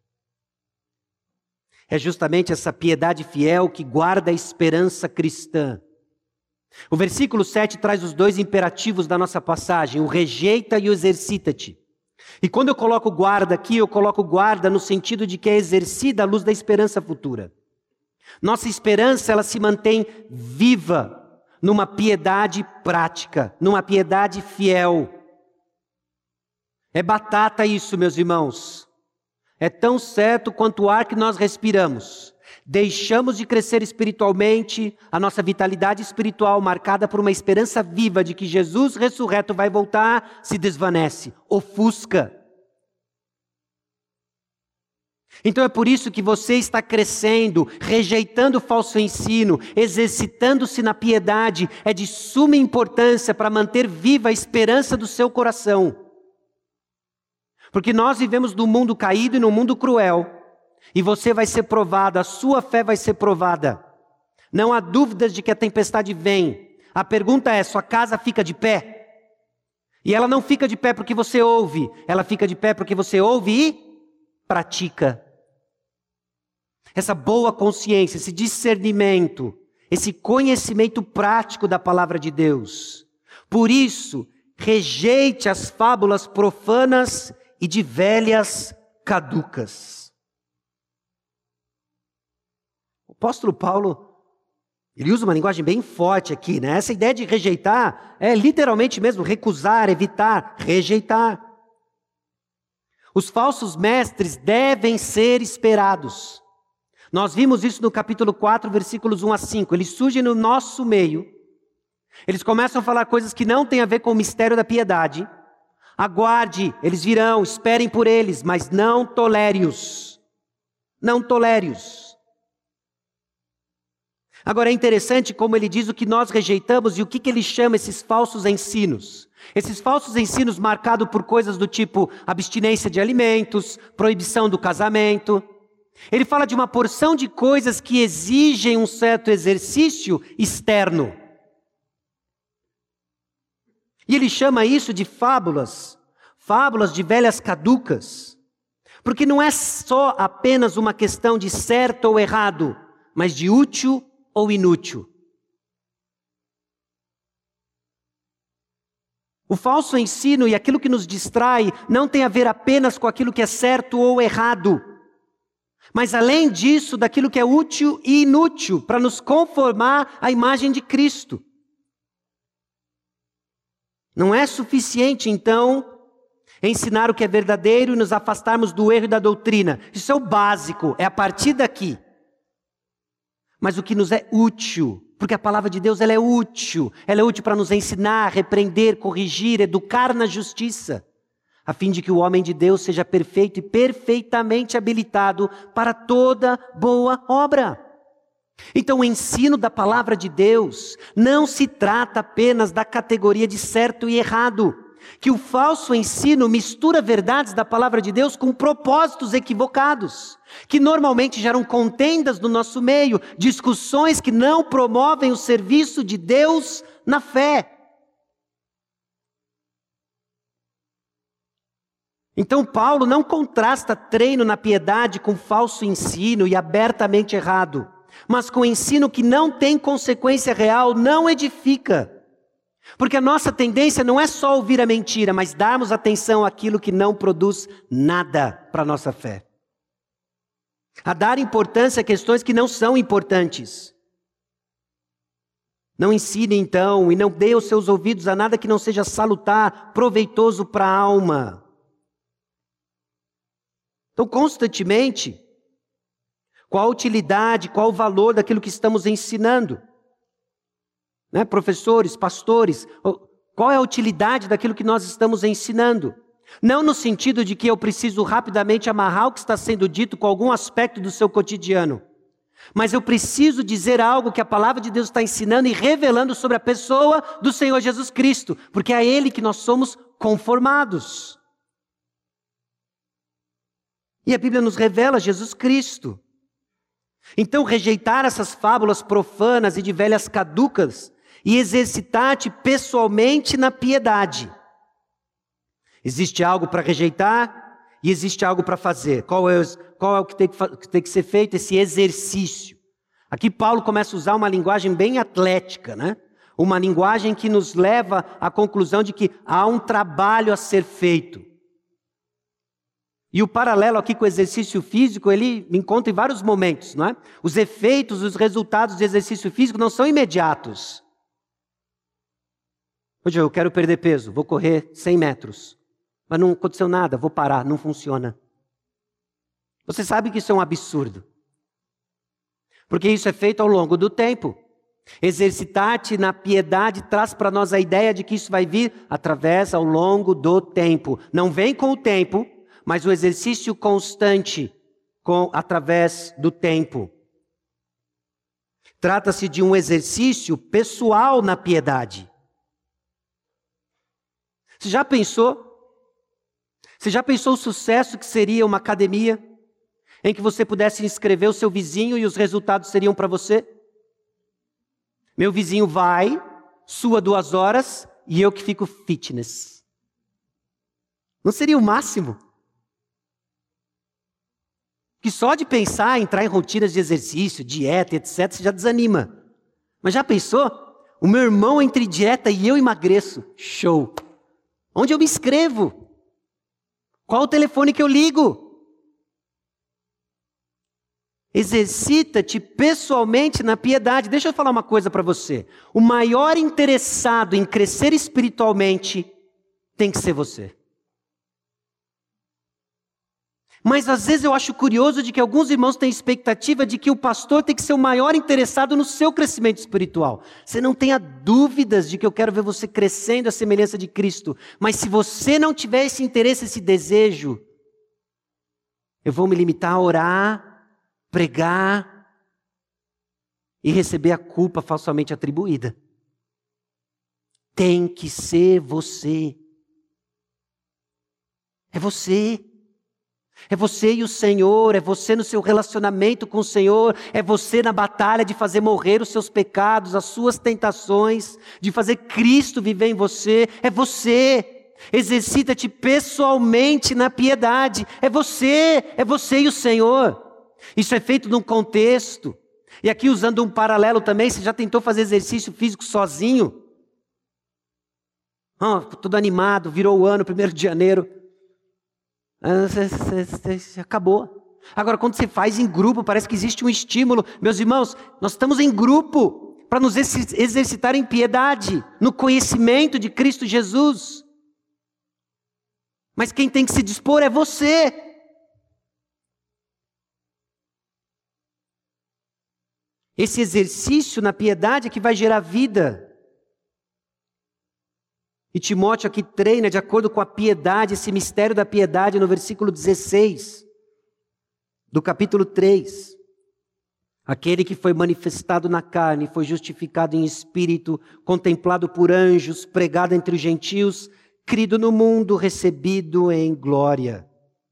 É justamente essa piedade fiel que guarda a esperança cristã. O versículo 7 traz os dois imperativos da nossa passagem, o rejeita e o exercita-te. E quando eu coloco guarda aqui, eu coloco guarda no sentido de que é exercida à luz da esperança futura. Nossa esperança, ela se mantém viva numa piedade prática, numa piedade fiel. É batata isso, meus irmãos. É tão certo quanto o ar que nós respiramos. Deixamos de crescer espiritualmente, a nossa vitalidade espiritual, marcada por uma esperança viva de que Jesus ressurreto vai voltar, se desvanece, ofusca. Então é por isso que você está crescendo, rejeitando o falso ensino, exercitando-se na piedade, é de suma importância para manter viva a esperança do seu coração. Porque nós vivemos num mundo caído e num mundo cruel. E você vai ser provado, a sua fé vai ser provada. Não há dúvidas de que a tempestade vem. A pergunta é, sua casa fica de pé? E ela não fica de pé porque você ouve, ela fica de pé porque você ouve e pratica. Essa boa consciência, esse discernimento, esse conhecimento prático da palavra de Deus. Por isso, rejeite as fábulas profanas e de velhas caducas. O apóstolo Paulo, ele usa uma linguagem bem forte aqui, né? Essa ideia de rejeitar é literalmente mesmo recusar, evitar, rejeitar. Os falsos mestres devem ser esperados. Nós vimos isso no capítulo 4, versículos 1 a 5. Eles surgem no nosso meio. Eles começam a falar coisas que não têm a ver com o mistério da piedade. Aguarde, eles virão, esperem por eles, mas não tolere-os. Não tolere-os. Agora é interessante como ele diz o que nós rejeitamos e o que ele chama esses falsos ensinos. Esses falsos ensinos marcados por coisas do tipo abstinência de alimentos, proibição do casamento. Ele fala de uma porção de coisas que exigem um certo exercício externo. E ele chama isso de fábulas, fábulas de velhas caducas. Porque não é só apenas uma questão de certo ou errado, mas de útil ou inútil. O falso ensino e aquilo que nos distrai não tem a ver apenas com aquilo que é certo ou errado, mas além disso, daquilo que é útil e inútil para nos conformar à imagem de Cristo. Não é suficiente, então, ensinar o que é verdadeiro e nos afastarmos do erro e da doutrina. Isso é o básico, é a partir daqui. Mas o que nos é útil, porque a palavra de Deus ela é útil para nos ensinar, repreender, corrigir, educar na justiça, a fim de que o homem de Deus seja perfeito e perfeitamente habilitado para toda boa obra. Então o ensino da palavra de Deus não se trata apenas da categoria de certo e errado, que o falso ensino mistura verdades da palavra de Deus com propósitos equivocados, que normalmente geram contendas no nosso meio, discussões que não promovem o serviço de Deus na fé. Então Paulo não contrasta treino na piedade com falso ensino e abertamente errado, mas com ensino que não tem consequência real, não edifica. Porque a nossa tendência não é só ouvir a mentira, mas darmos atenção àquilo que não produz nada para a nossa fé. A dar importância a questões que não são importantes. Não ensine então e não dê os seus ouvidos a nada que não seja salutar, proveitoso para a alma. Então, constantemente, qual a utilidade, qual o valor daquilo que estamos ensinando? Né? Professores, pastores, qual é a utilidade daquilo que nós estamos ensinando? Não no sentido de que eu preciso rapidamente amarrar o que está sendo dito com algum aspecto do seu cotidiano, mas eu preciso dizer algo que a palavra de Deus está ensinando e revelando sobre a pessoa do Senhor Jesus Cristo, porque é a Ele que nós somos conformados. E a Bíblia nos revela Jesus Cristo. Então rejeitar essas fábulas profanas e de velhas caducas e exercitar-te pessoalmente na piedade. Existe algo para rejeitar e existe algo para fazer. Qual é o que tem que ser feito? Esse exercício. Aqui Paulo começa a usar uma linguagem bem atlética, né? Uma linguagem que nos leva à conclusão de que há um trabalho a ser feito. E o paralelo aqui com o exercício físico, ele encontra em vários momentos, não é? Os efeitos, os resultados do exercício físico não são imediatos. Hoje eu quero perder peso, vou correr 100 metros. Mas não aconteceu nada, vou parar, não funciona. Você sabe que isso é um absurdo. Porque isso é feito ao longo do tempo. Exercitar-te na piedade traz para nós a ideia de que isso vai vir ao longo do tempo. Não vem com o tempo, mas o exercício constante através do tempo. Trata-se de um exercício pessoal na piedade. Você já pensou o sucesso que seria uma academia em que você pudesse inscrever o seu vizinho e os resultados seriam para você? Meu vizinho vai, sua 2 horas e eu que fico fitness. Não seria o máximo? Que só de pensar em entrar em rotinas de exercício, dieta, etc., você já desanima. Mas já pensou? O meu irmão entre dieta e eu emagreço. Show! Onde eu me inscrevo? Qual o telefone que eu ligo? Exercita-te pessoalmente na piedade. Deixa eu falar uma coisa para você. O maior interessado em crescer espiritualmente tem que ser você. Mas às vezes eu acho curioso de que alguns irmãos têm expectativa de que o pastor tem que ser o maior interessado no seu crescimento espiritual. Você não tenha dúvidas de que eu quero ver você crescendo à semelhança de Cristo. Mas se você não tiver esse interesse, esse desejo, eu vou me limitar a orar, pregar e receber a culpa falsamente atribuída. Tem que ser você. É você. É você e o Senhor, é você no seu relacionamento com o Senhor, é você na batalha de fazer morrer os seus pecados, as suas tentações, de fazer Cristo viver em você, é você. Exercita-te pessoalmente na piedade, é você e o Senhor. Isso é feito num contexto. E aqui usando um paralelo também, você já tentou fazer exercício físico sozinho? Tudo animado, virou o ano, 1º de janeiro. Acabou. Agora, quando você faz em grupo, parece que existe um estímulo. Meus irmãos, nós estamos em grupo para nos exercitar em piedade, no conhecimento de Cristo Jesus. Mas quem tem que se dispor é você. Esse exercício na piedade é que vai gerar vida. E Timóteo aqui treina de acordo com a piedade, esse mistério da piedade no versículo 16 do capítulo 3. Aquele que foi manifestado na carne, foi justificado em espírito, contemplado por anjos, pregado entre os gentios, crido no mundo, recebido em glória.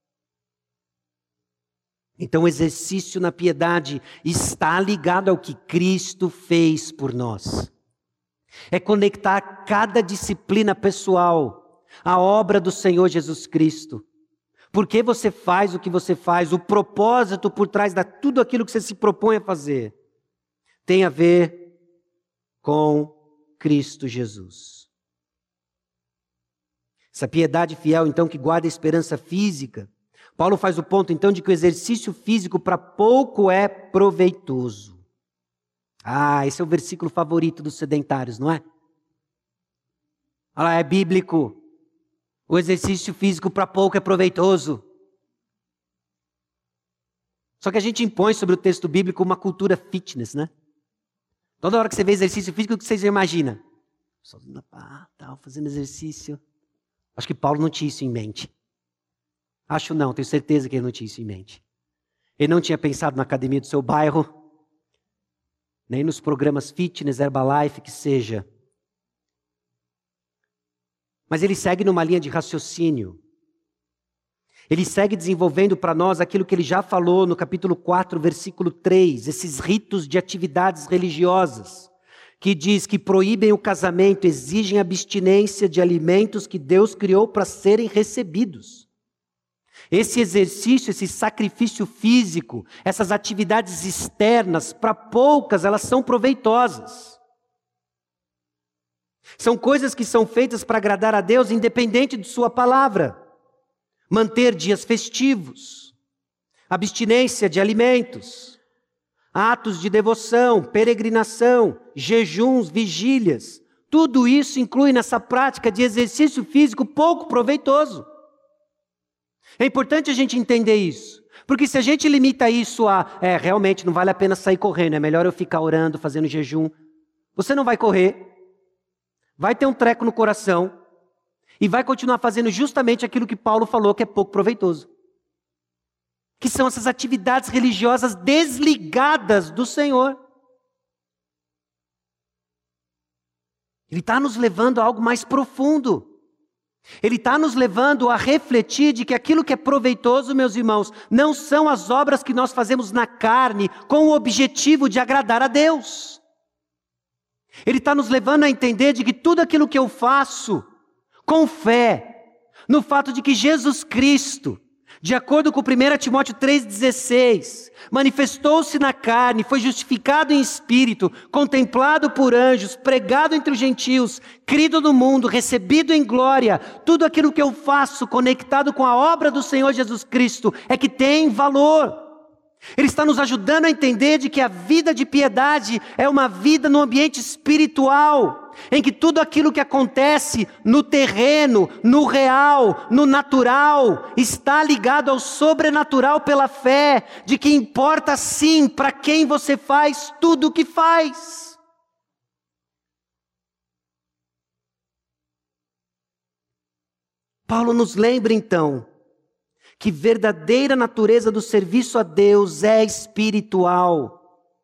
Então o exercício na piedade está ligado ao que Cristo fez por nós. É conectar cada disciplina pessoal à obra do Senhor Jesus Cristo. Por que você faz o que você faz? O propósito por trás de tudo aquilo que você se propõe a fazer tem a ver com Cristo Jesus. Essa piedade fiel, então, que guarda a esperança física. Paulo faz o ponto, então, de que o exercício físico para pouco é proveitoso. Esse é o versículo favorito dos sedentários, não é? Olha lá, é bíblico. O exercício físico para pouco é proveitoso. Só que a gente impõe sobre o texto bíblico uma cultura fitness, né? Toda hora que você vê exercício físico, o que você imagina? Fazendo exercício. Acho que Paulo não tinha isso em mente. Acho não, tenho certeza que ele não tinha isso em mente. Ele não tinha pensado na academia do seu bairro, nem nos programas fitness, Herbalife, que seja. Mas ele segue numa linha de raciocínio. Ele segue desenvolvendo para nós aquilo que ele já falou no capítulo 4, versículo 3, esses ritos de atividades religiosas, que diz que proíbem o casamento, exigem abstinência de alimentos que Deus criou para serem recebidos. Esse exercício, esse sacrifício físico, essas atividades externas, para poucas elas são proveitosas. São coisas que são feitas para agradar a Deus, independente de sua palavra. Manter dias festivos, abstinência de alimentos, atos de devoção, peregrinação, jejuns, vigílias. Tudo isso inclui nessa prática de exercício físico pouco proveitoso. É importante a gente entender isso, porque se a gente limita isso realmente não vale a pena sair correndo, é melhor eu ficar orando, fazendo jejum. Você não vai correr, vai ter um treco no coração e vai continuar fazendo justamente aquilo que Paulo falou que é pouco proveitoso. Que são essas atividades religiosas desligadas do Senhor. Ele está nos levando a algo mais profundo. Ele está nos levando a refletir de que aquilo que é proveitoso, meus irmãos, não são as obras que nós fazemos na carne com o objetivo de agradar a Deus. Ele está nos levando a entender de que tudo aquilo que eu faço com fé, no fato de que Jesus Cristo, de acordo com 1 Timóteo 3,16, manifestou-se na carne, foi justificado em espírito, contemplado por anjos, pregado entre os gentios, crido no mundo, recebido em glória. Tudo aquilo que eu faço conectado com a obra do Senhor Jesus Cristo é que tem valor. Ele está nos ajudando a entender de que a vida de piedade é uma vida no ambiente espiritual, em que tudo aquilo que acontece no terreno, no real, no natural, está ligado ao sobrenatural pela fé, de que importa sim para quem você faz tudo o que faz. Paulo nos lembra então que verdadeira natureza do serviço a Deus é espiritual.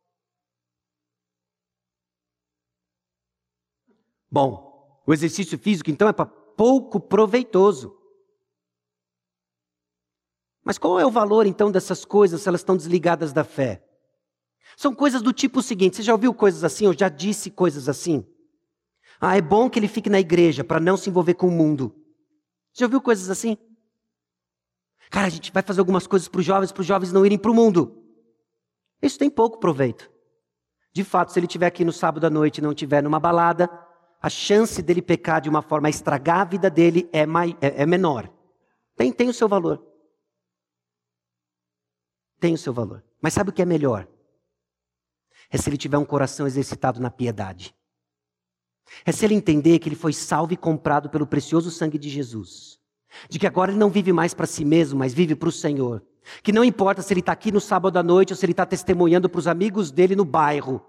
Bom, o exercício físico então é para pouco proveitoso. Mas qual é o valor então dessas coisas se elas estão desligadas da fé? São coisas do tipo seguinte, você já ouviu coisas assim? Eu já disse coisas assim? É bom que ele fique na igreja para não se envolver com o mundo. Você já ouviu coisas assim? Cara, a gente vai fazer algumas coisas para os jovens não irem para o mundo. Isso tem pouco proveito. De fato, se ele estiver aqui no sábado à noite e não estiver numa balada, a chance dele pecar de uma forma a estragar a vida dele é menor. Tem o seu valor. Tem o seu valor. Mas sabe o que é melhor? É se ele tiver um coração exercitado na piedade. É se ele entender que ele foi salvo e comprado pelo precioso sangue de Jesus. De que agora ele não vive mais para si mesmo, mas vive para o Senhor. Que não importa se ele está aqui no sábado à noite ou se ele está testemunhando para os amigos dele no bairro.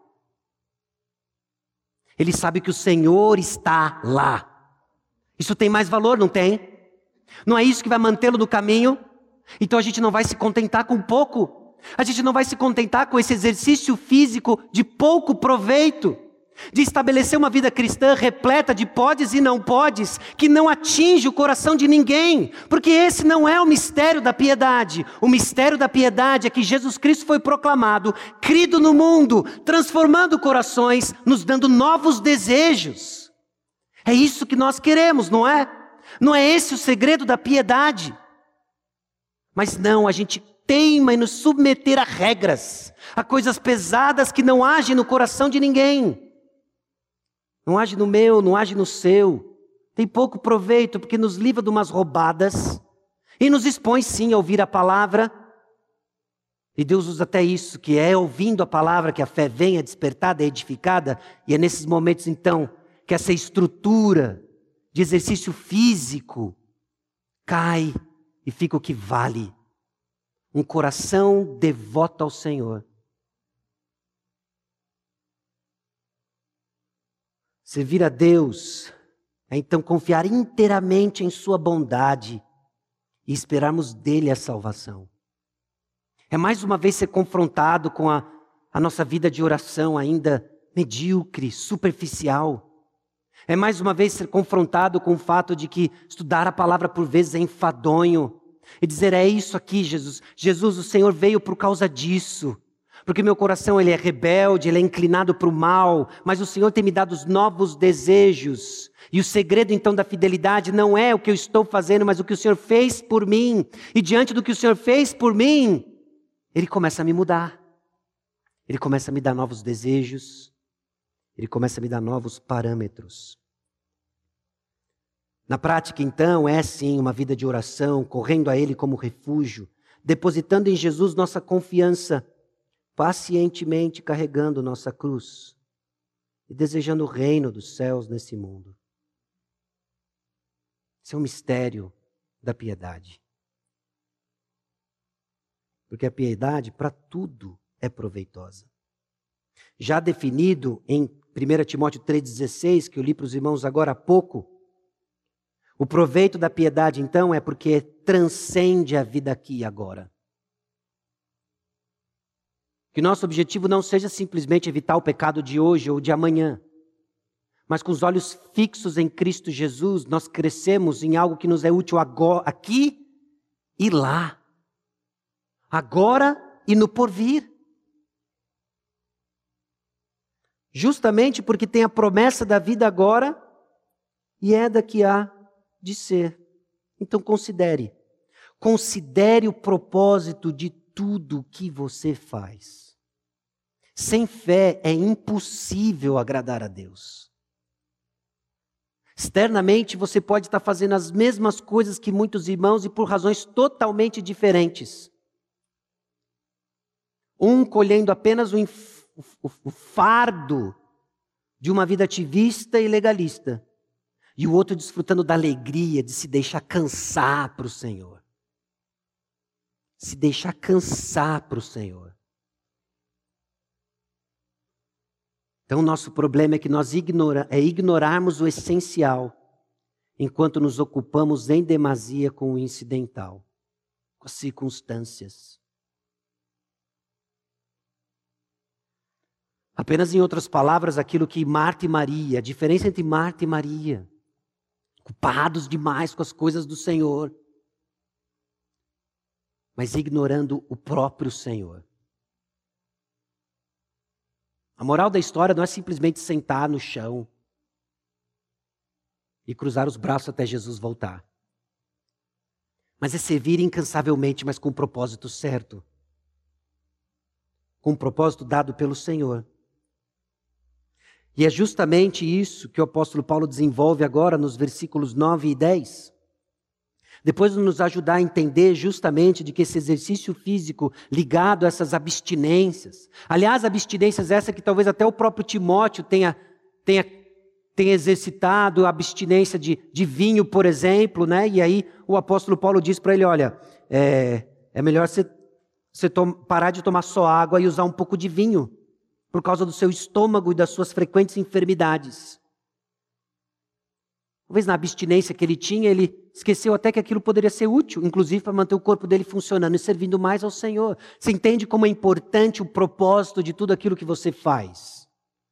Ele sabe que o Senhor está lá. Isso tem mais valor, não tem? Não é isso que vai mantê-lo no caminho? Então a gente não vai se contentar com pouco. A gente não vai se contentar com esse exercício físico de pouco proveito. De estabelecer uma vida cristã repleta de podes e não podes, que não atinge o coração de ninguém, porque esse não é o mistério da piedade. O mistério da piedade é que Jesus Cristo foi proclamado, crido no mundo, transformando corações, nos dando novos desejos. É isso que nós queremos, não é? Não é esse o segredo da piedade. Mas não, a gente teima em nos submeter a regras, a coisas pesadas que não agem no coração de ninguém. Não age no meu, não age no seu. Tem pouco proveito porque nos livra de umas roubadas e nos expõe sim a ouvir a palavra. E Deus usa até isso, que é ouvindo a palavra que a fé vem, é despertada, é edificada. E é nesses momentos então que essa estrutura de exercício físico cai e fica o que vale. Um coração devoto ao Senhor. Servir a Deus é então confiar inteiramente em sua bondade e esperarmos dele a salvação. É mais uma vez ser confrontado com a nossa vida de oração ainda medíocre, superficial. É mais uma vez ser confrontado com o fato de que estudar a palavra por vezes é enfadonho. E dizer, é isso aqui, Jesus. Jesus, o Senhor veio por causa disso. Porque meu coração ele é rebelde, ele é inclinado para o mal, mas o Senhor tem me dado os novos desejos. E o segredo então da fidelidade não é o que eu estou fazendo, mas o que o Senhor fez por mim. E diante do que o Senhor fez por mim, Ele começa a me mudar. Ele começa a me dar novos desejos. Ele começa a me dar novos parâmetros. Na prática então é sim uma vida de oração, correndo a Ele como refúgio, depositando em Jesus nossa confiança, pacientemente carregando nossa cruz e desejando o reino dos céus nesse mundo. Esse é um mistério da piedade. Porque a piedade para tudo é proveitosa. Já definido em 1 Timóteo 3,16, que eu li para os irmãos agora há pouco, o proveito da piedade então é porque transcende a vida aqui e agora. Que nosso objetivo não seja simplesmente evitar o pecado de hoje ou de amanhã. Mas com os olhos fixos em Cristo Jesus, nós crescemos em algo que nos é útil agora, aqui e lá. Agora e no porvir. Justamente porque tem a promessa da vida agora e é da que há de ser. Então considere o propósito de tudo o que você faz. Sem fé é impossível agradar a Deus. Externamente você pode estar fazendo as mesmas coisas que muitos irmãos e por razões totalmente diferentes. Um colhendo apenas o fardo de uma vida ativista e legalista. E o outro desfrutando da alegria de se deixar cansar para o Senhor. Se deixar cansar para o Senhor. Então o nosso problema é que nós ignorarmos o essencial, enquanto nos ocupamos em demasia com o incidental, com as circunstâncias. Apenas em outras palavras, aquilo que Marta e Maria, a diferença entre Marta e Maria, ocupados demais com as coisas do Senhor. mas ignorando o próprio Senhor. A moral da história não é simplesmente sentar no chão e cruzar os braços até Jesus voltar. Mas é servir incansavelmente, mas com o propósito certo. Com o propósito dado pelo Senhor. E é justamente isso que o apóstolo Paulo desenvolve agora nos versículos 9 e 10. Depois de nos ajudar a entender justamente de que esse exercício físico ligado a essas abstinências. Aliás, abstinências essa que talvez até o próprio Timóteo tenha exercitado, a abstinência de vinho, por exemplo, né? E aí o apóstolo Paulo diz para ele, olha, é melhor você parar de tomar só água e usar um pouco de vinho, por causa do seu estômago e das suas frequentes enfermidades. Talvez na abstinência que ele tinha, ele esqueceu até que aquilo poderia ser útil, inclusive para manter o corpo dele funcionando e servindo mais ao Senhor. Você entende como é importante o propósito de tudo aquilo que você faz?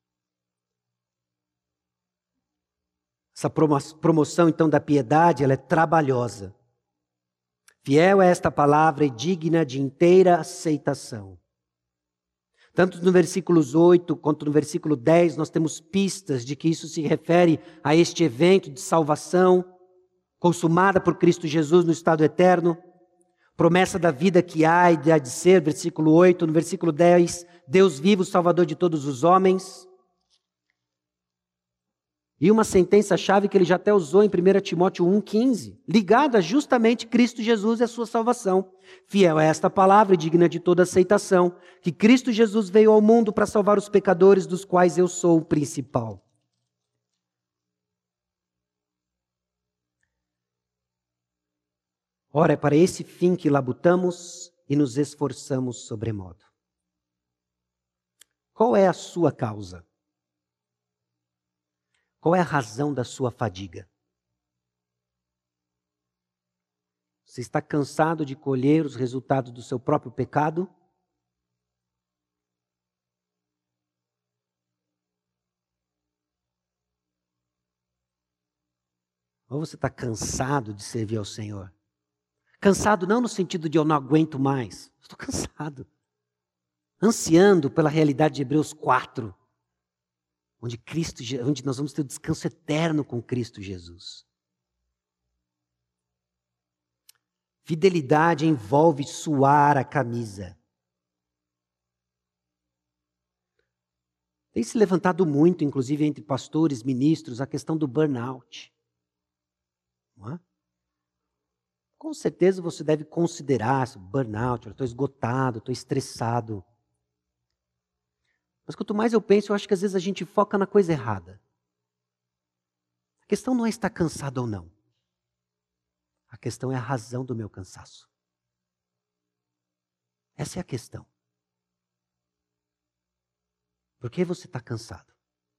Essa promoção, então, da piedade, ela é trabalhosa. Fiel é esta palavra e digna de inteira aceitação. Tanto no versículos 8 quanto no versículo 10, nós temos pistas de que isso se refere a este evento de salvação consumada por Cristo Jesus no estado eterno. Promessa da vida que há e há de ser, versículo 8. No versículo 10, Deus vivo, Salvador de todos os homens. E uma sentença-chave que ele já até usou em 1 Timóteo 1,15, ligada a justamente Cristo Jesus e a sua salvação. Fiel é esta palavra e digna de toda aceitação, que Cristo Jesus veio ao mundo para salvar os pecadores, dos quais eu sou o principal. Ora, é para esse fim que labutamos e nos esforçamos sobremodo. Qual é a sua causa? Qual é a razão da sua fadiga? Você está cansado de colher os resultados do seu próprio pecado? Ou você está cansado de servir ao Senhor? Cansado não no sentido de eu não aguento mais. Estou cansado. Ansiando pela realidade de Hebreus 4. Onde nós vamos ter o descanso eterno com Cristo Jesus. Fidelidade envolve suar a camisa. Tem se levantado muito, inclusive entre pastores, ministros, a questão do burnout. Não é? Com certeza você deve considerar burnout, eu estou esgotado, estou estressado. Mas quanto mais eu penso, eu acho que às vezes a gente foca na coisa errada. A questão não é estar cansado ou não. A questão é a razão do meu cansaço. Essa é a questão. Por que você está cansado?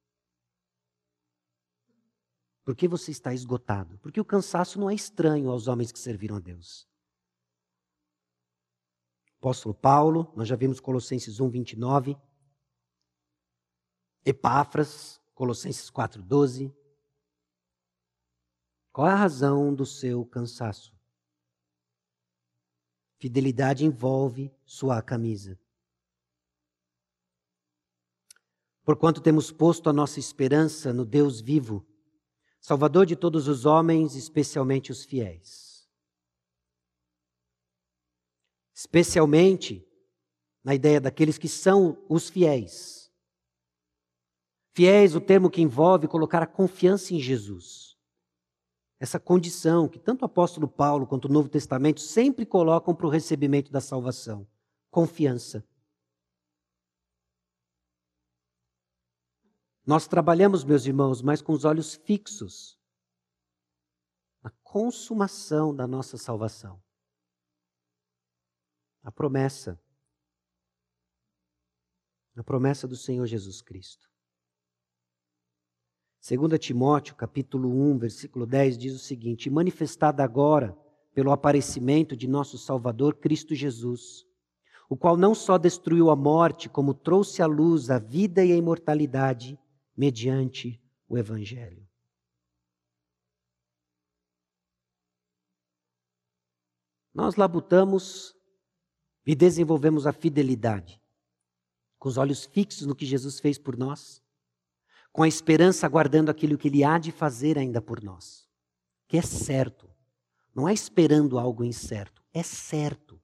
Por que você está esgotado? Porque o cansaço não é estranho aos homens que serviram a Deus. Apóstolo Paulo, nós já vimos Colossenses 1:29. Epáfras, Colossenses 4:12. Qual é a razão do seu cansaço? Fidelidade envolve suar a camisa. Porquanto temos posto a nossa esperança no Deus vivo, Salvador de todos os homens, especialmente os fiéis. Especialmente na ideia daqueles que são os fiéis. Fiéis, o termo que envolve colocar a confiança em Jesus. Essa condição que tanto o apóstolo Paulo quanto o Novo Testamento sempre colocam para o recebimento da salvação. Confiança. Nós trabalhamos, meus irmãos, mas com os olhos fixos na consumação da nossa salvação. A promessa do Senhor Jesus Cristo. 2 Timóteo, capítulo 1, versículo 10, diz o seguinte: manifestada agora pelo aparecimento de nosso Salvador Cristo Jesus, o qual não só destruiu a morte, como trouxe à luz a vida e a imortalidade mediante o Evangelho. Nós labutamos e desenvolvemos a fidelidade, com os olhos fixos no que Jesus fez por nós, com a esperança aguardando aquilo que Ele há de fazer ainda por nós, que é certo, não é esperando algo incerto, é certo.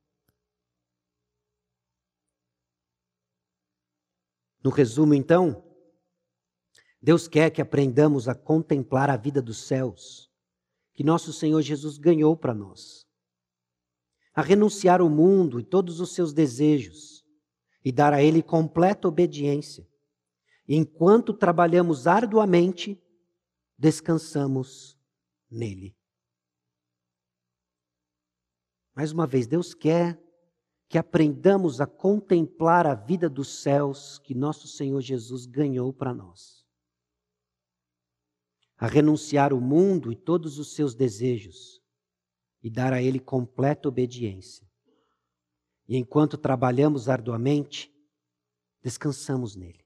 No resumo, então, Deus quer que aprendamos a contemplar a vida dos céus, que nosso Senhor Jesus ganhou para nós, a renunciar ao mundo e todos os seus desejos, e dar a Ele completa obediência. E enquanto trabalhamos arduamente, descansamos nele. Mais uma vez, Deus quer que aprendamos a contemplar a vida dos céus que nosso Senhor Jesus ganhou para nós. A renunciar ao mundo e todos os seus desejos e dar a Ele completa obediência. E enquanto trabalhamos arduamente, descansamos nele.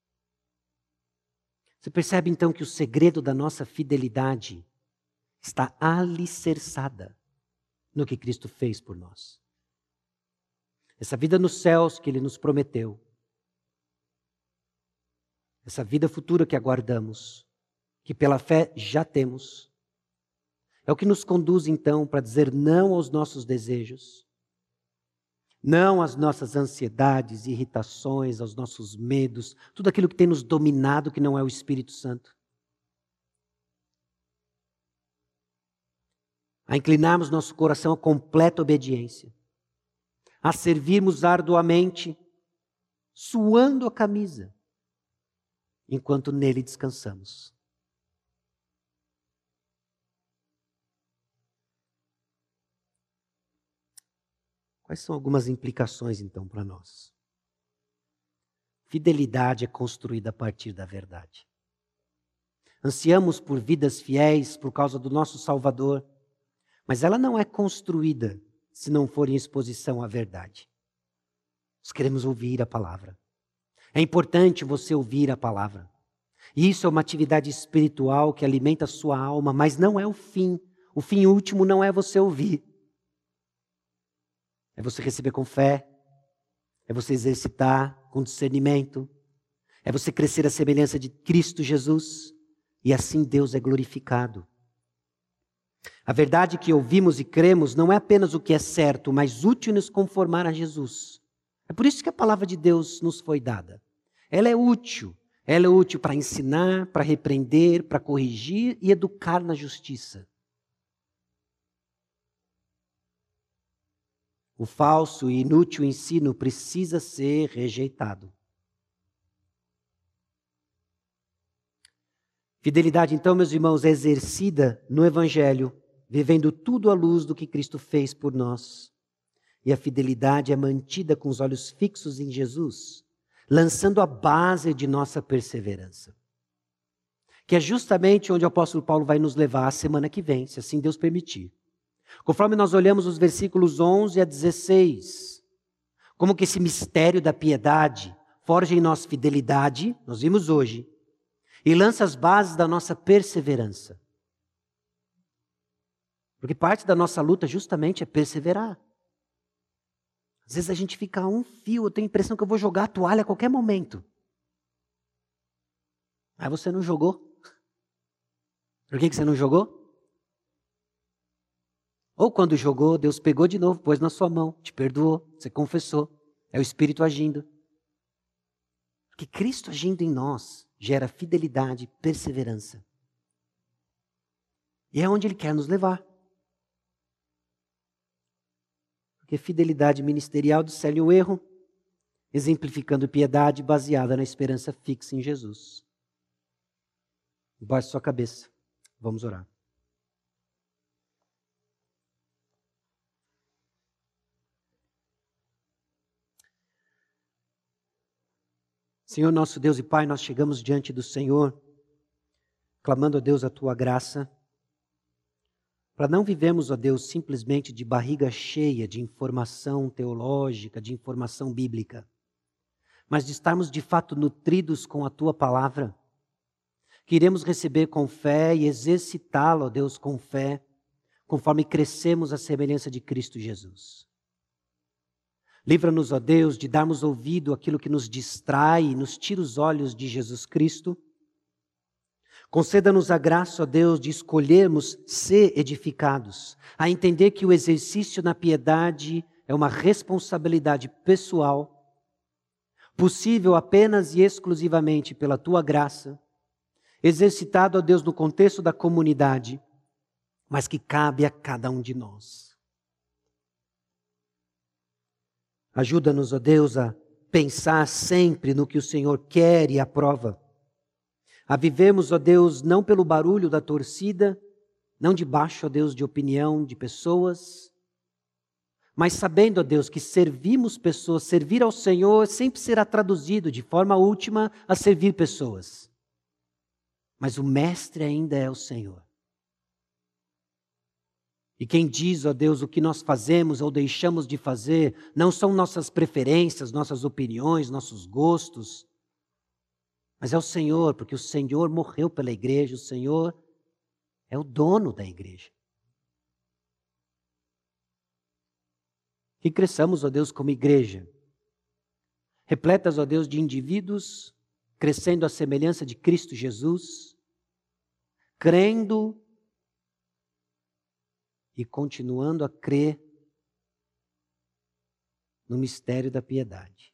Você percebe então que o segredo da nossa fidelidade está alicerçada no que Cristo fez por nós. Essa vida nos céus que Ele nos prometeu, essa vida futura que aguardamos, que pela fé já temos, é o que nos conduz então para dizer não aos nossos desejos, não às nossas ansiedades, irritações, aos nossos medos, tudo aquilo que tem nos dominado que não é o Espírito Santo. A inclinarmos nosso coração à completa obediência, a servirmos arduamente, suando a camisa, enquanto nele descansamos. Quais são algumas implicações, então, para nós? Fidelidade é construída a partir da verdade. Ansiamos por vidas fiéis por causa do nosso Salvador, mas ela não é construída se não for em exposição à verdade. Nós queremos ouvir a palavra. É importante você ouvir a palavra. E isso é uma atividade espiritual que alimenta a sua alma, mas não é o fim. O fim último não é você ouvir. É você receber com fé, é você exercitar com discernimento, é você crescer à semelhança de Cristo Jesus, e assim Deus é glorificado. A verdade que ouvimos e cremos não é apenas o que é certo, mas útil nos conformar a Jesus. É por isso que a palavra de Deus nos foi dada. Ela é útil para ensinar, para repreender, para corrigir e educar na justiça. O falso e inútil ensino precisa ser rejeitado. Fidelidade, então, meus irmãos, é exercida no Evangelho, vivendo tudo à luz do que Cristo fez por nós. E a fidelidade é mantida com os olhos fixos em Jesus, lançando a base de nossa perseverança. Que é justamente onde o apóstolo Paulo vai nos levar a semana que vem, se assim Deus permitir. Conforme nós olhamos os versículos 11 a 16, como que esse mistério da piedade forja em nós fidelidade, nós vimos hoje, e lança as bases da nossa perseverança. Porque parte da nossa luta justamente é perseverar. Às vezes a gente fica a um fio, eu tenho a impressão que eu vou jogar a toalha a qualquer momento. Aí você não jogou. Por que você não jogou? Ou quando jogou, Deus pegou de novo, pôs na sua mão, te perdoou, você confessou. É o Espírito agindo. Porque Cristo agindo em nós gera fidelidade e perseverança. E é onde Ele quer nos levar. Porque fidelidade ministerial discerne o erro, exemplificando piedade baseada na esperança fixa em Jesus. Baixe sua cabeça. Vamos orar. Senhor nosso Deus e Pai, nós chegamos diante do Senhor, clamando a Deus a Tua graça, para não vivermos, ó Deus, simplesmente de barriga cheia de informação teológica, de informação bíblica, mas de estarmos de fato nutridos com a Tua palavra, que iremos receber com fé e exercitá-la, ó Deus, com fé, conforme crescemos à semelhança de Cristo Jesus. Livra-nos, ó Deus, de darmos ouvido àquilo que nos distrai e nos tira os olhos de Jesus Cristo. Conceda-nos a graça, ó Deus, de escolhermos ser edificados, a entender que o exercício na piedade é uma responsabilidade pessoal, possível apenas e exclusivamente pela Tua graça, exercitado, ó Deus, no contexto da comunidade, mas que cabe a cada um de nós. Ajuda-nos, ó Deus, a pensar sempre no que o Senhor quer e aprova. A vivermos, ó Deus, não pelo barulho da torcida, não debaixo, ó Deus, de opinião de pessoas, mas sabendo, ó Deus, que servimos pessoas, servir ao Senhor sempre será traduzido de forma última a servir pessoas. Mas o mestre ainda é o Senhor. E quem diz, ó Deus, o que nós fazemos ou deixamos de fazer, não são nossas preferências, nossas opiniões, nossos gostos, mas é o Senhor, porque o Senhor morreu pela igreja, o Senhor é o dono da igreja. Que cresçamos, ó Deus, como igreja, repletas, ó Deus, de indivíduos crescendo à semelhança de Cristo Jesus, crendo e continuando a crer no mistério da piedade.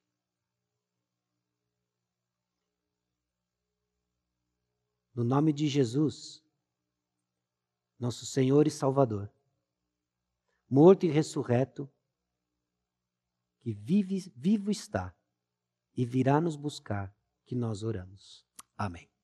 No nome de Jesus, nosso Senhor e Salvador, morto e ressurreto, que vivo está e virá nos buscar, que nós oramos. Amém.